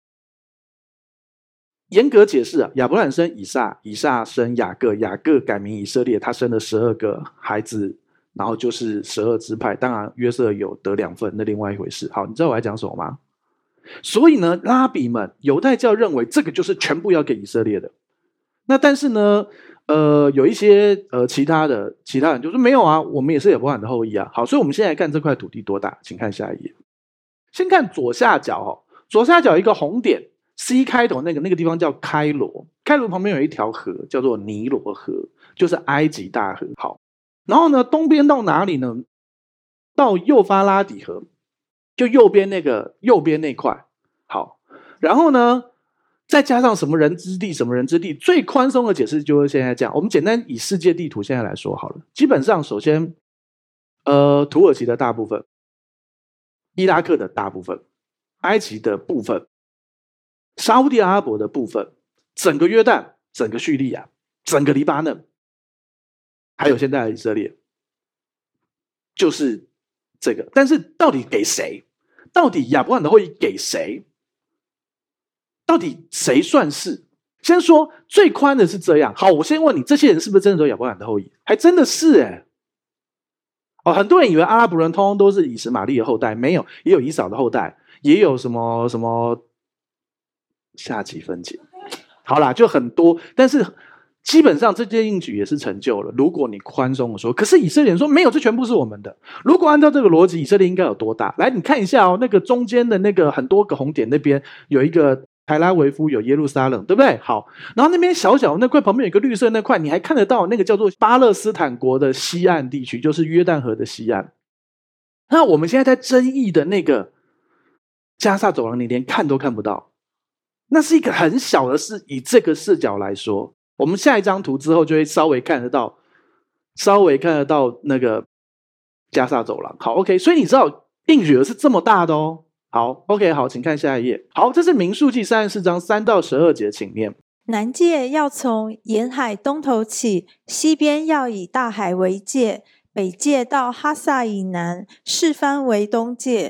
严格解释啊，亚伯拉罕生以撒，以撒生雅各，雅各改名以色列，他生了十二个孩子，然后就是十二支派。当然约瑟有得两份，那另外一回事。好，你知道我在讲什么吗？所以呢，拉比们犹太教认为这个就是全部要给以色列的。那但是呢，呃，有一些呃其他的其他人就说没有啊，我们也是亚伯拉罕的后裔啊。好，所以我们现在来看这块土地多大，请看下一页。先看左下角哦，左下角一个红点 C 开头那个那个地方叫开罗，开罗旁边有一条河叫做尼罗河，就是埃及大河。好，然后呢，东边到哪里呢？到幼发拉底河，就右边那个右边那块。好，然后呢？再加上什么人之地什么人之地，最宽松的解释就是现在这样。我们简单以世界地图现在来说好了。基本上首先呃，土耳其的大部分，伊拉克的大部分，埃及的部分，沙烏地阿拉伯的部分，整个约旦，整个叙利亚，整个黎巴嫩，还有现在的以色列，就是这个。但是到底给谁？到底亚伯拉罕的后裔给谁？到底谁算是？先说最宽的是这样。好，我先问你，这些人是不是真的都是亚伯拉罕的后裔？还真的是哎、欸。哦，很多人以为阿拉伯人通通都是以实玛利的后代，没有，也有以扫的后代，也有什么什么下集分解。好啦，就很多，但是基本上这些应许也是成就了。如果你宽松的说，可是以色列人说没有，这全部是我们的。如果按照这个逻辑，以色列应该有多大？来，你看一下哦，那个中间的那个很多个红点那边有一个。台拉维夫有耶路撒冷，对不对？好，然后那边小小那块旁边有一个绿色那块，你还看得到那个叫做巴勒斯坦国的西岸地区，就是约旦河的西岸。那我们现在在争议的那个加萨走廊，你连看都看不到，那是一个很小的事。以这个视角来说，我们下一张图之后就会稍微看得到，稍微看得到那个加萨走廊。好 ，OK， 所以你知道应许的是这么大的哦。好 ，OK， 好，请看下一页。好，这是民数记三十四章三到十二节，请念。 南界要从沿海东头起，西边要以大海为界，北界到哈萨以南，四番为东界。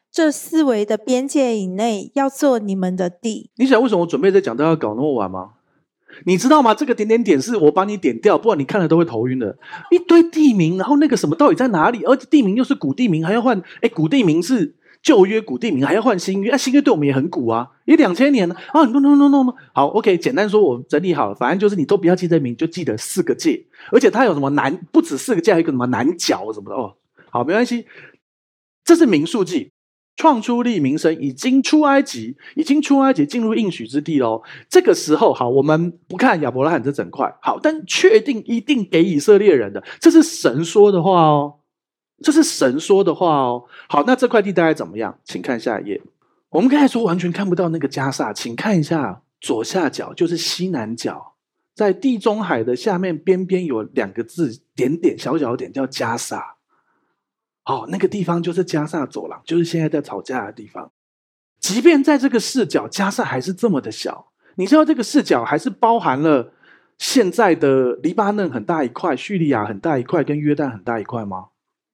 这四围的边界以内要做你们的地。 你想为什么我准备在讲到要搞那么晚吗？你知道吗？这个点点点是我把你点掉，不然你看了都会头晕的。一堆地名，然后那个什么到底在哪里？而且地名又是古地名，还要换。哎，古地名是旧约古地名，还要换新约。啊，新约对我们也很古啊，也两千年了啊。no no no no no。好 ，OK， 简单说，我整理好了，反正就是你都不要记这名，就记得四个界，而且它有什么南，不止四个界，还有一个什么南角什么的哦。好，没关系，这是民数记。创出利民生，已经出埃及，已经出埃及进入应许之地咯。这个时候，好，我们不看亚伯拉罕这整块，好，但确定一定给以色列人的，这是神说的话哦，这是神说的话哦。好，那这块地大概怎么样？请看下一页。我们刚才说完全看不到那个迦萨，请看一下左下角，就是西南角，在地中海的下面边边有两个字，点点小小点叫迦萨。哦，那个地方就是迦萨走廊，就是现在在吵架的地方。即便在这个视角，迦萨还是这么的小。你知道这个视角还是包含了现在的黎巴嫩很大一块，叙利亚很大一块，跟约旦很大一块吗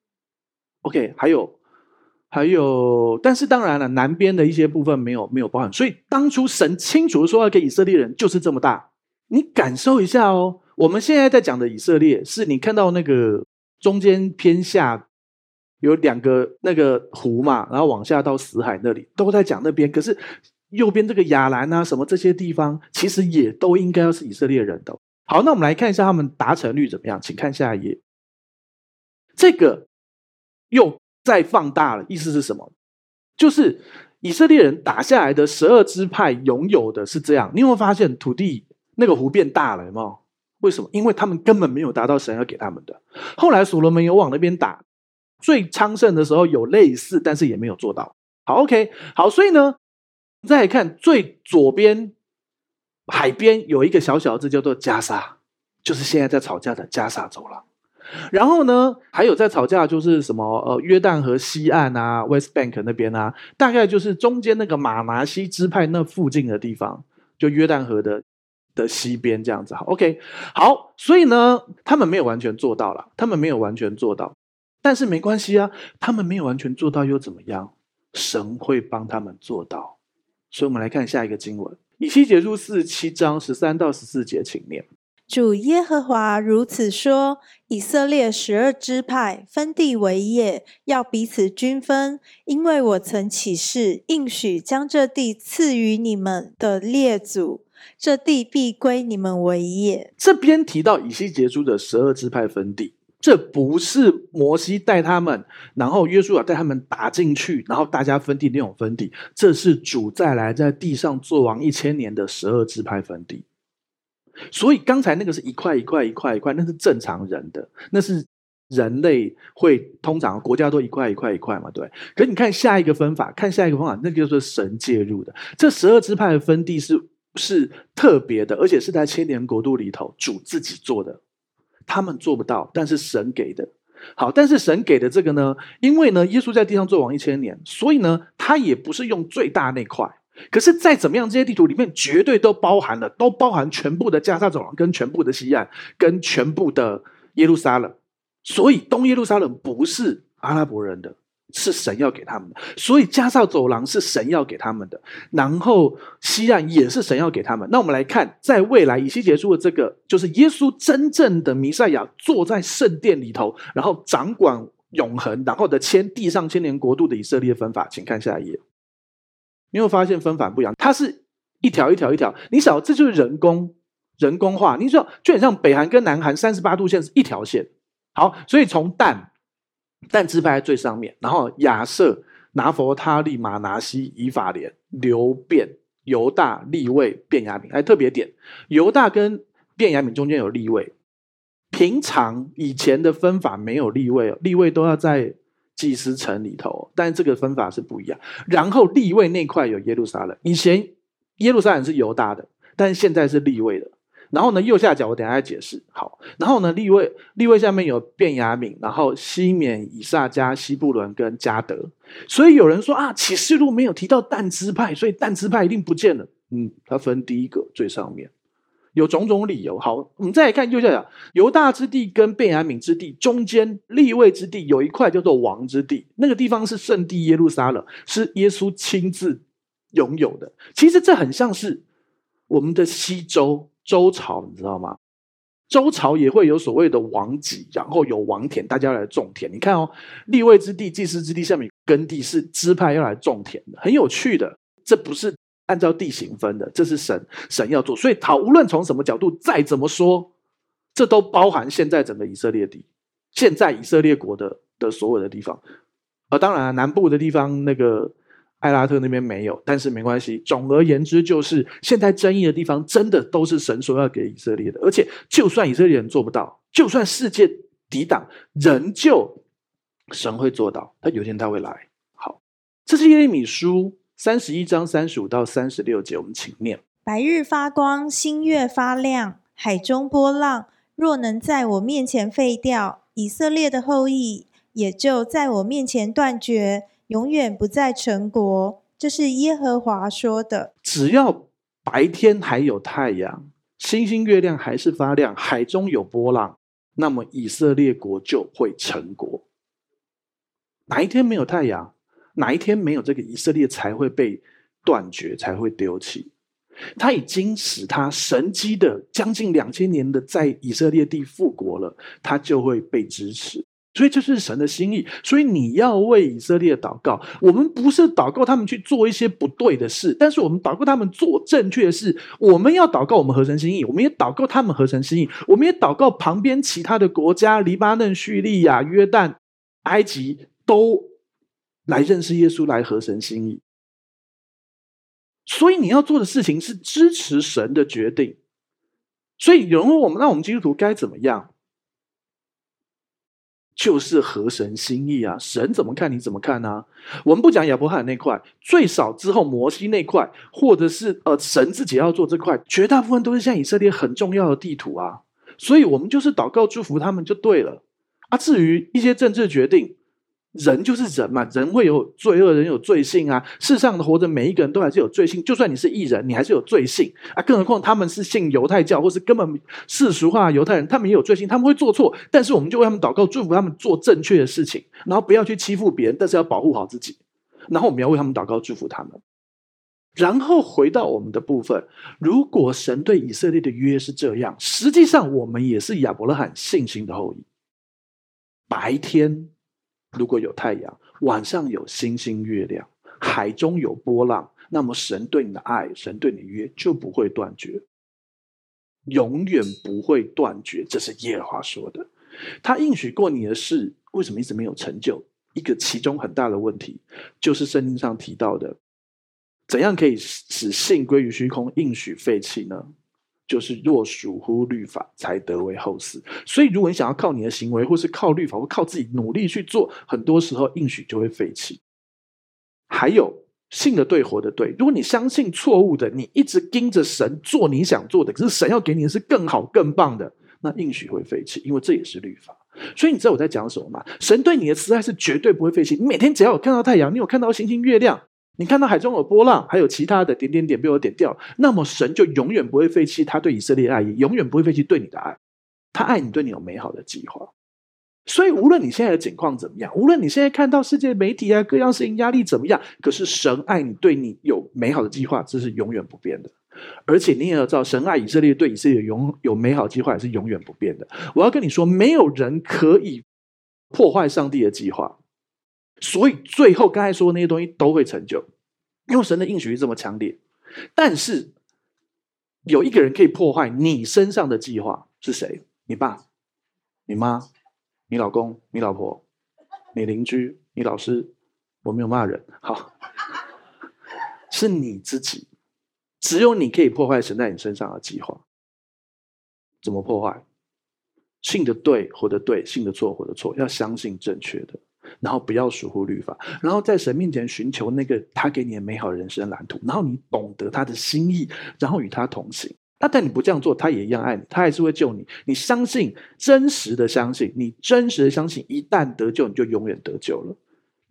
？OK， 还有还有，但是当然了，南边的一些部分没有没有包含。所以当初神清楚说要给以色列人就是这么大。你感受一下哦，我们现在在讲的以色列，是你看到那个中间偏下。有两个那个湖嘛，然后往下到死海那里，都在讲那边。可是右边这个亚兰啊，什么这些地方，其实也都应该要是以色列人的。好，那我们来看一下他们达成率怎么样，请看下一页。这个又再放大了，意思是什么？就是以色列人打下来的十二支派拥有的是这样。你有没有发现土地那个湖变大了？有没有？为什么？因为他们根本没有达到神要给他们的。后来所罗门有往那边打。最昌盛的时候有类似，但是也没有做到。好 ，OK， 好，所以呢，再来看最左边海边有一个小小字叫做迦萨，就是现在在吵架的迦萨走廊。然后呢，还有在吵架就是什么呃约旦河西岸啊 ，West Bank 那边啊，大概就是中间那个马拿西支派那附近的地方，就约旦河的的西边这样子。好 ，OK， 好，所以呢，他们没有完全做到了，他们没有完全做到。但是没关系啊，他们没有完全做到又怎么样？神会帮他们做到。所以我们来看下一个经文，以西结书四十七章十三到十四节，请念。 主耶和华如此说：以色列十二支派分地为业，要彼此均分，因为我曾起誓应许将这地赐予你们的列祖，这地必归你们为业。 这边提到以西结书的十二支派分地。这不是摩西带他们，然后约书亚带他们打进去，然后大家分地那种分地，这是主再来在地上作王一千年的十二支派分地。所以刚才那个是一块一块一块一块，那是正常人的，那是人类会通常国家都一块一块一块嘛，对。可是你看下一个分法，看下一个方法，那个就是神介入的。这十二支派的分地是是特别的，而且是在千年国度里头主自己做的。他们做不到，但是神给的。好，但是神给的这个呢，因为呢，耶稣在地上作王一千年，所以呢，他也不是用最大那块。可是再怎么样，这些地图里面绝对都包含了，都包含全部的迦萨走廊，跟全部的西岸，跟全部的耶路撒冷。所以东耶路撒冷不是阿拉伯人的，是神要给他们的。所以迦萨走廊是神要给他们的，然后西岸也是神要给他们。那我们来看，在未来以西结书的这个，就是耶稣真正的弥赛亚坐在圣殿里头，然后掌管永恒，然后的签地上千年国度的以色列分法。请看下一页，你有发现分法不一样？它是一条一条一条，你想这就是人工人工化。你知道，就很像北韩跟南韩三十八度线是一条线。好，所以从但但支派在最上面，然后亚设、拿弗他利、马拿西、以法莲、流便、犹大、利未、便雅悯。还特别点，犹大跟便雅悯中间有利未。平常以前的分法没有利未，利未都要在祭司城里头，但这个分法是不一样。然后利未那块有耶路撒冷，以前耶路撒冷是犹大的，但是现在是利未的。然后呢，右下角我等一下再解释。好，然后呢，利未利未下面有便雅悯，然后西缅、以萨迦、西布伦跟迦得。所以有人说啊，启示录没有提到但支派，所以但支派一定不见了。嗯，它分第一个最上面， 有种种理由。好，我们再来看右下角，犹大之地跟便雅悯之地中间利未之地有一块叫做王之地，那个地方是圣地耶路撒冷，是耶稣亲自拥有的。其实这很像是我们的西周周朝，你知道吗？周朝也会有所谓的王籍，然后有王田，大家要来种田。你看哦，利未之地、祭司之地下面耕地是支派要来种田的，很有趣的。这不是按照地形分的，这是神神要做。所以好，无论从什么角度再怎么说，这都包含现在整个以色列地，现在以色列国的的所有的地方。而当然南部的地方那个艾拉特那边没有，但是没关系。总而言之，就是现在争议的地方真的都是神说要给以色列的，而且就算以色列人做不到，就算世界抵挡，仍旧神会做到，他有一天他会来。好，这是耶利米书三十一章三十五到三十六节，我们请念。 白日发光，星月发亮，海中波浪若能在我面前废掉，以色列的后裔也就在我面前断绝，永远不再成国。这是耶和华说的。 只要白天还有太阳，星星月亮还是发亮，海中有波浪，那么以色列国就会成国。哪一天没有太阳，哪一天没有这个以色列才会被断绝，才会丢弃。他已经使他神迹的将近两千年的在以色列地复国了，他就会被支持。所以这是神的心意，所以你要为以色列祷告。我们不是祷告他们去做一些不对的事，但是我们祷告他们做正确的事。我们要祷告我们合神心意，我们也祷告他们合神心意，我们也祷告旁边其他的国家，黎巴嫩、叙利亚、约旦、埃及都来认识耶稣，来合神心意。所以你要做的事情是支持神的决定。所以有人问我们，那我们基督徒该怎么样？就是合神心意啊，神怎么看你怎么看啊？我们不讲亚伯拉罕那块，最少之后摩西那块，或者是呃神自己要做这块，绝大部分都是现在以色列很重要的地图啊。所以我们就是祷告祝福他们就对了啊。至于一些政治决定，人就是人嘛，人会有罪恶，人有罪性啊。世上的活着每一个人都还是有罪性，就算你是义人，你还是有罪性啊。更何况他们是信犹太教，或是根本世俗化犹太人，他们也有罪性，他们会做错，但是我们就为他们祷告，祝福他们做正确的事情，然后不要去欺负别人，但是要保护好自己。然后我们要为他们祷告，祝福他们。然后回到我们的部分，如果神对以色列的约是这样，实际上我们也是亚伯拉罕信心的后裔。白天如果有太阳，晚上有星星月亮，海中有波浪，那么神对你的爱，神对你的约就不会断绝，永远不会断绝。这是耶和华说的。他应许过你的事，为什么一直没有成就？一个其中很大的问题，就是圣经上提到的，怎样可以使信归于虚空，应许废弃呢？就是若属乎律法，才得为后嗣。所以如果你想要靠你的行为，或是靠律法，或靠自己努力去做，很多时候应许就会废弃。还有信的对，活的对，如果你相信错误的，你一直盯着神做你想做的，可是神要给你的是更好更棒的，那应许会废弃，因为这也是律法。所以你知道我在讲什么吗？神对你的慈爱是绝对不会废弃。你每天只要有看到太阳，你有看到星星月亮，你看到海中有波浪，还有其他的点点点被我点掉，那么神就永远不会废弃他对以色列的爱意，永远不会废弃对你的爱。他爱你，对你有美好的计划。所以无论你现在的境况怎么样，无论你现在看到世界媒体啊各样事情压力怎么样，可是神爱你，对你有美好的计划，这是永远不变的。而且你也要知道，神爱以色列，对以色列有有美好计划也是永远不变的。我要跟你说，没有人可以破坏上帝的计划，所以最后刚才说的那些东西都会成就，因为神的应许是这么强烈。但是有一个人可以破坏你身上的计划，是谁？你爸、你妈、你老公、你老婆、你邻居、你老师。我没有骂人，好，是你自己。只有你可以破坏神在你身上的计划。怎么破坏？信的对，活的对；信的错，活的错。要相信正确的，然后不要疏忽律法，然后在神面前寻求那个他给你的美好人生蓝图，然后你懂得他的心意，然后与他同行。那但你不这样做，他也一样爱你，他还是会救你。你相信，真实的相信，你真实的相信，一旦得救，你就永远得救了。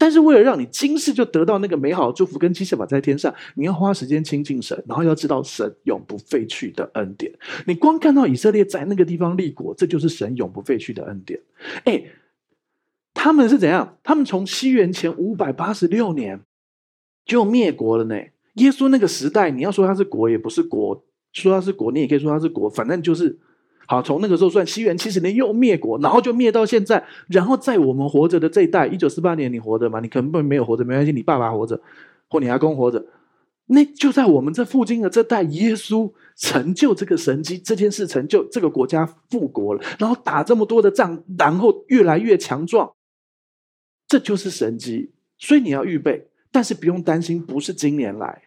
但是为了让你今世就得到那个美好的祝福跟基业法在天上，你要花时间亲近神，然后要知道神永不废去的恩典。你光看到以色列在那个地方立国，这就是神永不废去的恩典。哎，他们是怎样？他们从西元前五百八十六年就灭国了呢。耶稣那个时代，你要说他是国也不是国，说他是国你也可以说他是国，反正就是好，从那个时候算西元七十年又灭国，然后就灭到现在。然后在我们活着的这一代，一九四八年你活着吗？你可能没有活着，没关系，你爸爸活着或你阿公活着，那就在我们这附近的这代，耶稣成就这个神迹，这件事成就这个国家复国了，然后打这么多的仗，然后越来越强壮，这就是神迹。所以你要预备，但是不用担心，不是今年来，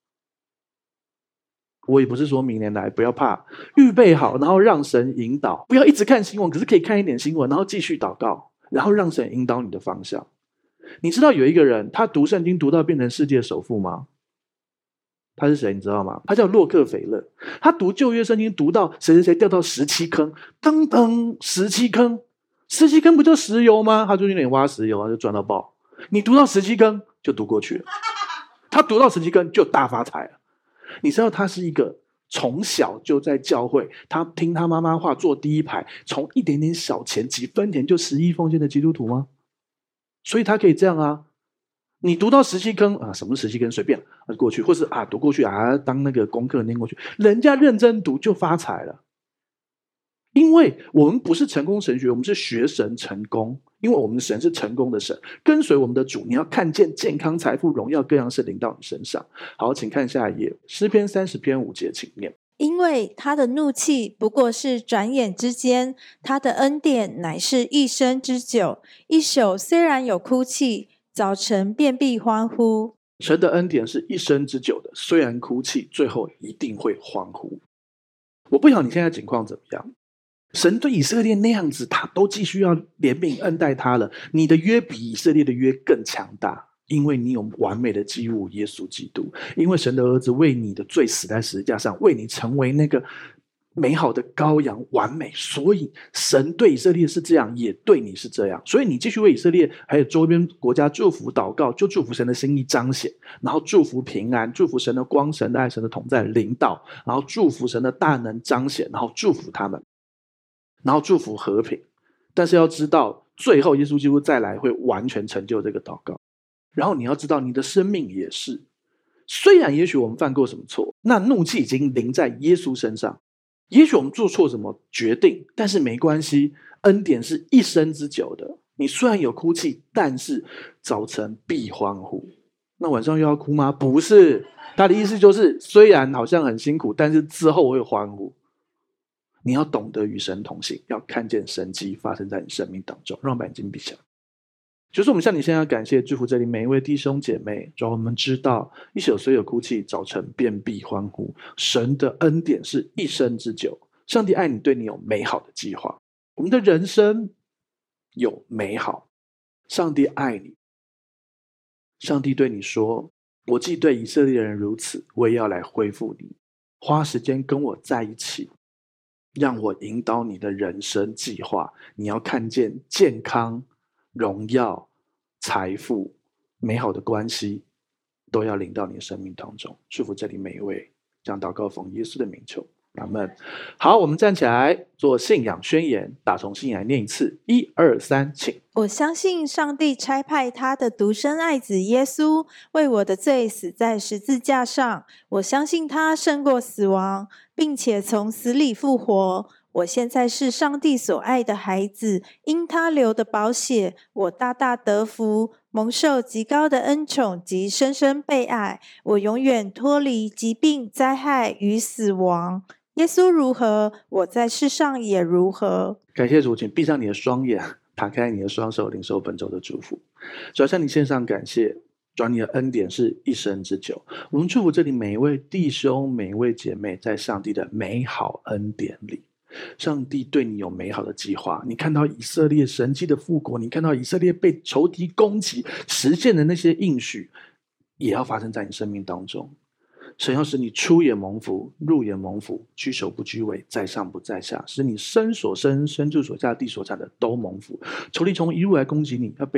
我也不是说明年来，不要怕，预备好，然后让神引导，不要一直看新闻，可是可以看一点新闻，然后继续祷告，然后让神引导你的方向。你知道有一个人，他读圣经读到变成世界首富吗？他是谁你知道吗？他叫洛克菲勒。他读旧约圣经读到谁谁谁掉到十七坑，噔噔，十七坑，十七坑不就石油吗？他就有点挖石油，他就赚到爆。你读到十七坑就读过去了，他读到十七坑就大发财了。你知道他是一个从小就在教会，他听他妈妈话，坐第一排，从一点点小钱几分钱就十一奉献的基督徒吗？所以他可以这样啊。你读到十七坑啊，什么是十七坑？随便啊过去，或是啊读过去啊，当那个功课念过去，人家认真读就发财了。因为我们不是成功神学，我们是学神成功，因为我们的神是成功的神，跟随我们的主，你要看见健康、财富、荣耀各样事临到你身上。好，请看下一页，诗篇三十篇五节，请念。 因为他的怒气不过是转眼之间，他的恩典乃是一生之久。一宿虽然有哭泣，早晨便必欢呼。 神的恩典是一生之久的，虽然哭泣，最后一定会欢呼。我不晓得你现在情况怎么样，神对以色列那样子，他都继续要怜悯恩待他了。你的约比以色列的约更强大，因为你有完美的祭物耶稣基督，因为神的儿子为你的罪死在十字架上，为你成为那个美好的羔羊，完美。所以神对以色列是这样，也对你是这样。所以你继续为以色列还有周边国家祝福祷告，就祝福神的心意彰显，然后祝福平安，祝福神的光、神的爱、神的同在临到，然后祝福神的大能彰显，然后祝福他们，然后祝福和平。但是要知道，最后耶稣基督再来会完全成就这个祷告。然后你要知道，你的生命也是，虽然也许我们犯过什么错，那怒气已经临在耶稣身上，也许我们做错什么决定，但是没关系，恩典是一生之久的。你虽然有哭泣，但是早晨必欢呼。那晚上又要哭吗？不是，他的意思就是虽然好像很辛苦，但是之后会欢呼。你要懂得与神同行，要看见神迹发生在你生命当中。让我们眼睛闭起来。就是我们向你现在感谢祝福这里每一位弟兄姐妹，让我们知道一宿虽有哭泣，早晨便必欢呼。神的恩典是一生之久，上帝爱你，对你有美好的计划。我们的人生有美好，上帝爱你，上帝对你说，我既对以色列人如此，我也要来恢复你，花时间跟我在一起，让我引导你的人生计划。你要看见健康、荣耀、财富、美好的关系都要临到你的生命当中。祝福这里每一位，将祷告奉耶稣的名求，阿们。好，我们站起来做信仰宣言，打从心来念一次，一二三，请。 我相信上帝差派他的独生爱子耶稣为我的罪死在十字架上，我相信他胜过死亡，并且从死里复活。我现在是上帝所爱的孩子，因他流的宝血，我大大得福，蒙受极高的恩宠及深深被爱。我永远脱离疾病、灾害与死亡。耶稣如何，我在世上也如何。 感谢主，请闭上你的双眼，打开你的双手，领受本周的祝福。主要向你献上感谢，主要你的恩典是一生之久。我们祝福这里每一位弟兄、每一位姐妹，在上帝的美好恩典里，上帝对你有美好的计划。你看到以色列神迹的复国，你看到以色列被仇敌攻击实现的那些应许，也要发生在你生命当中。神要使你出也蒙福，入也蒙福，居首不居尾，在上不在下，使你身所生、身住所下、地所产的都蒙福。仇敌从一路来攻击你，要被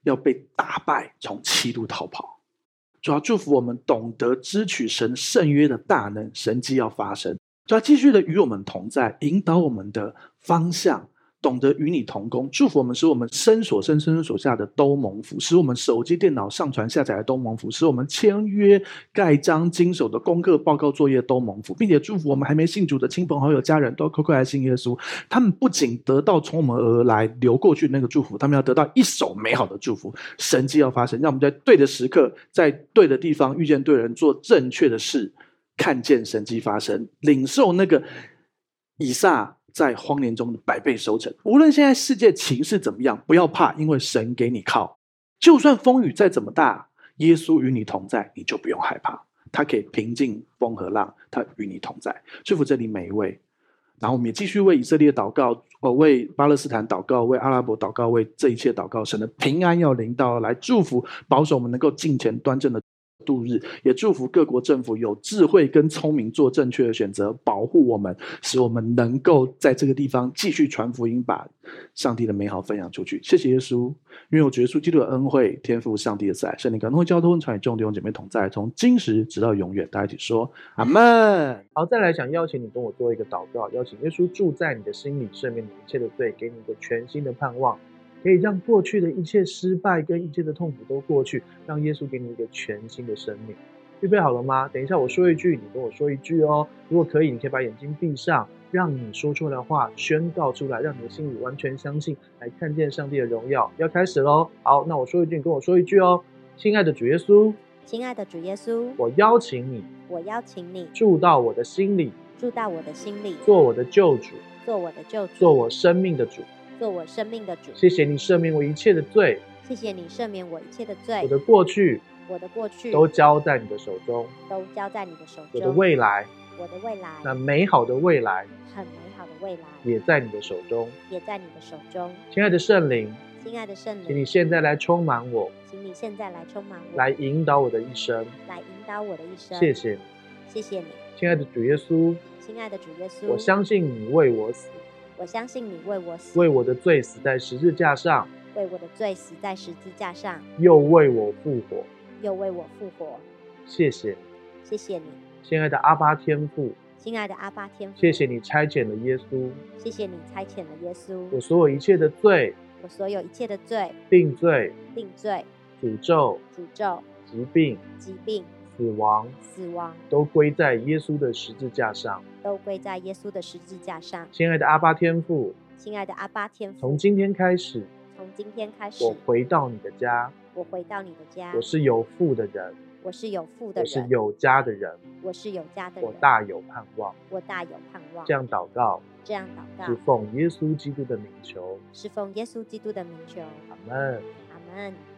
要被打败，从歧路逃跑。主要祝福我们懂得支取神圣约的大能，神迹要发生。主要继续的与我们同在，引导我们的方向，懂得与你同工，祝福我们，使我们身所生身所下的都蒙福，使我们手机电脑上传下载的都蒙福，使我们签约盖章经手的功课报告作业都蒙福，并且祝福我们还没信主的亲朋好友家人都快快来信耶稣。他们不仅得到从我们而来流过去那个祝福，他们要得到一手美好的祝福，神迹要发生，让我们在对的时刻，在对的地方遇见对人，做正确的事，看见神迹发生，领受那个以撒在荒年中的百倍收成。无论现在世界情势怎么样，不要怕，因为神给你靠。就算风雨再怎么大，耶稣与你同在，你就不用害怕。他可以平静风和浪，他与你同在。祝福这里每一位。然后我们也继续为以色列祷告，呃，为巴勒斯坦祷告，为阿拉伯祷告，为这一切祷告。神的平安要临到，来祝福保守我们能够敬虔端正的度日，也祝福各国政府有智慧跟聪明做正确的选择，保护我们，使我们能够在这个地方继续传福音，把上帝的美好分享出去。谢谢耶稣，因为我主耶稣基督的恩惠、天父上帝的慈爱、圣灵感动交通传与众弟兄姐妹同在，从今时直到永远。大家一起说阿们。 好，再来想邀请你跟我做一个祷告，邀请耶稣住在你的心里，赦免你一切的罪，给你一个全新的盼望，可以让过去的一切失败跟一切的痛苦都过去，让耶稣给你一个全新的生命。预备好了吗？等一下我说一句，你跟我说一句哦。如果可以，你可以把眼睛闭上，让你说出来的话宣告出来，让你的心里完全相信，来看见上帝的荣耀。要开始咯。好，那我说一句，你跟我说一句哦。亲爱的主耶稣， 亲爱的主耶稣， 我邀请你， 我邀请你住到我的心里， 住到我的心里， 做我的救主， 做我的救主， 做我生命的主。 做我生命的主。 谢谢你赦免我一切的罪， 谢谢你赦免我一切的罪。 我的过去， 我的过去都交在你的手中， 都交在你的手中。 我的未来， 我的未来， 那美好的未来， 很美好的未来， 也在你的手中， 也在你的手中。 亲爱的圣灵， 亲爱的圣灵， 请你现在来充满我， 请你现在来充满我， 来引导我的一生， 来引导我的一生。 谢谢你， 谢谢你， 亲爱的主耶稣， 亲爱的主耶稣， 我相信你为我死， 我相信你为我死， 为我的罪死在十字架上， 为我的罪死在十字架上， 又为我复活， 又为我复活。 谢谢你， 谢谢你， 亲爱的阿爸天父， 亲爱的阿爸天父， 谢谢你差遣了耶稣， 谢谢你差遣了耶稣， 我所有一切的罪、 我所有一切的罪、 定罪、 定罪、 诅咒、 诅咒、 疾病、 疾病、 死亡， 死亡， 都归在耶稣的十字架上， 都归在耶稣的十字架上。 亲爱的阿爸天父， 亲爱的阿爸天父， 从今天开始， 从今天开始， 我回到你的家， 我回到你的家， 我是有父的人， 我是有父的我人， 是有家的人， 我是有家的人， 我大有盼望。 我大有盼望。 这样祷告， 这样祷是告， 奉耶稣基督的名求， 是奉耶稣基督的名求。 阿门。 阿门。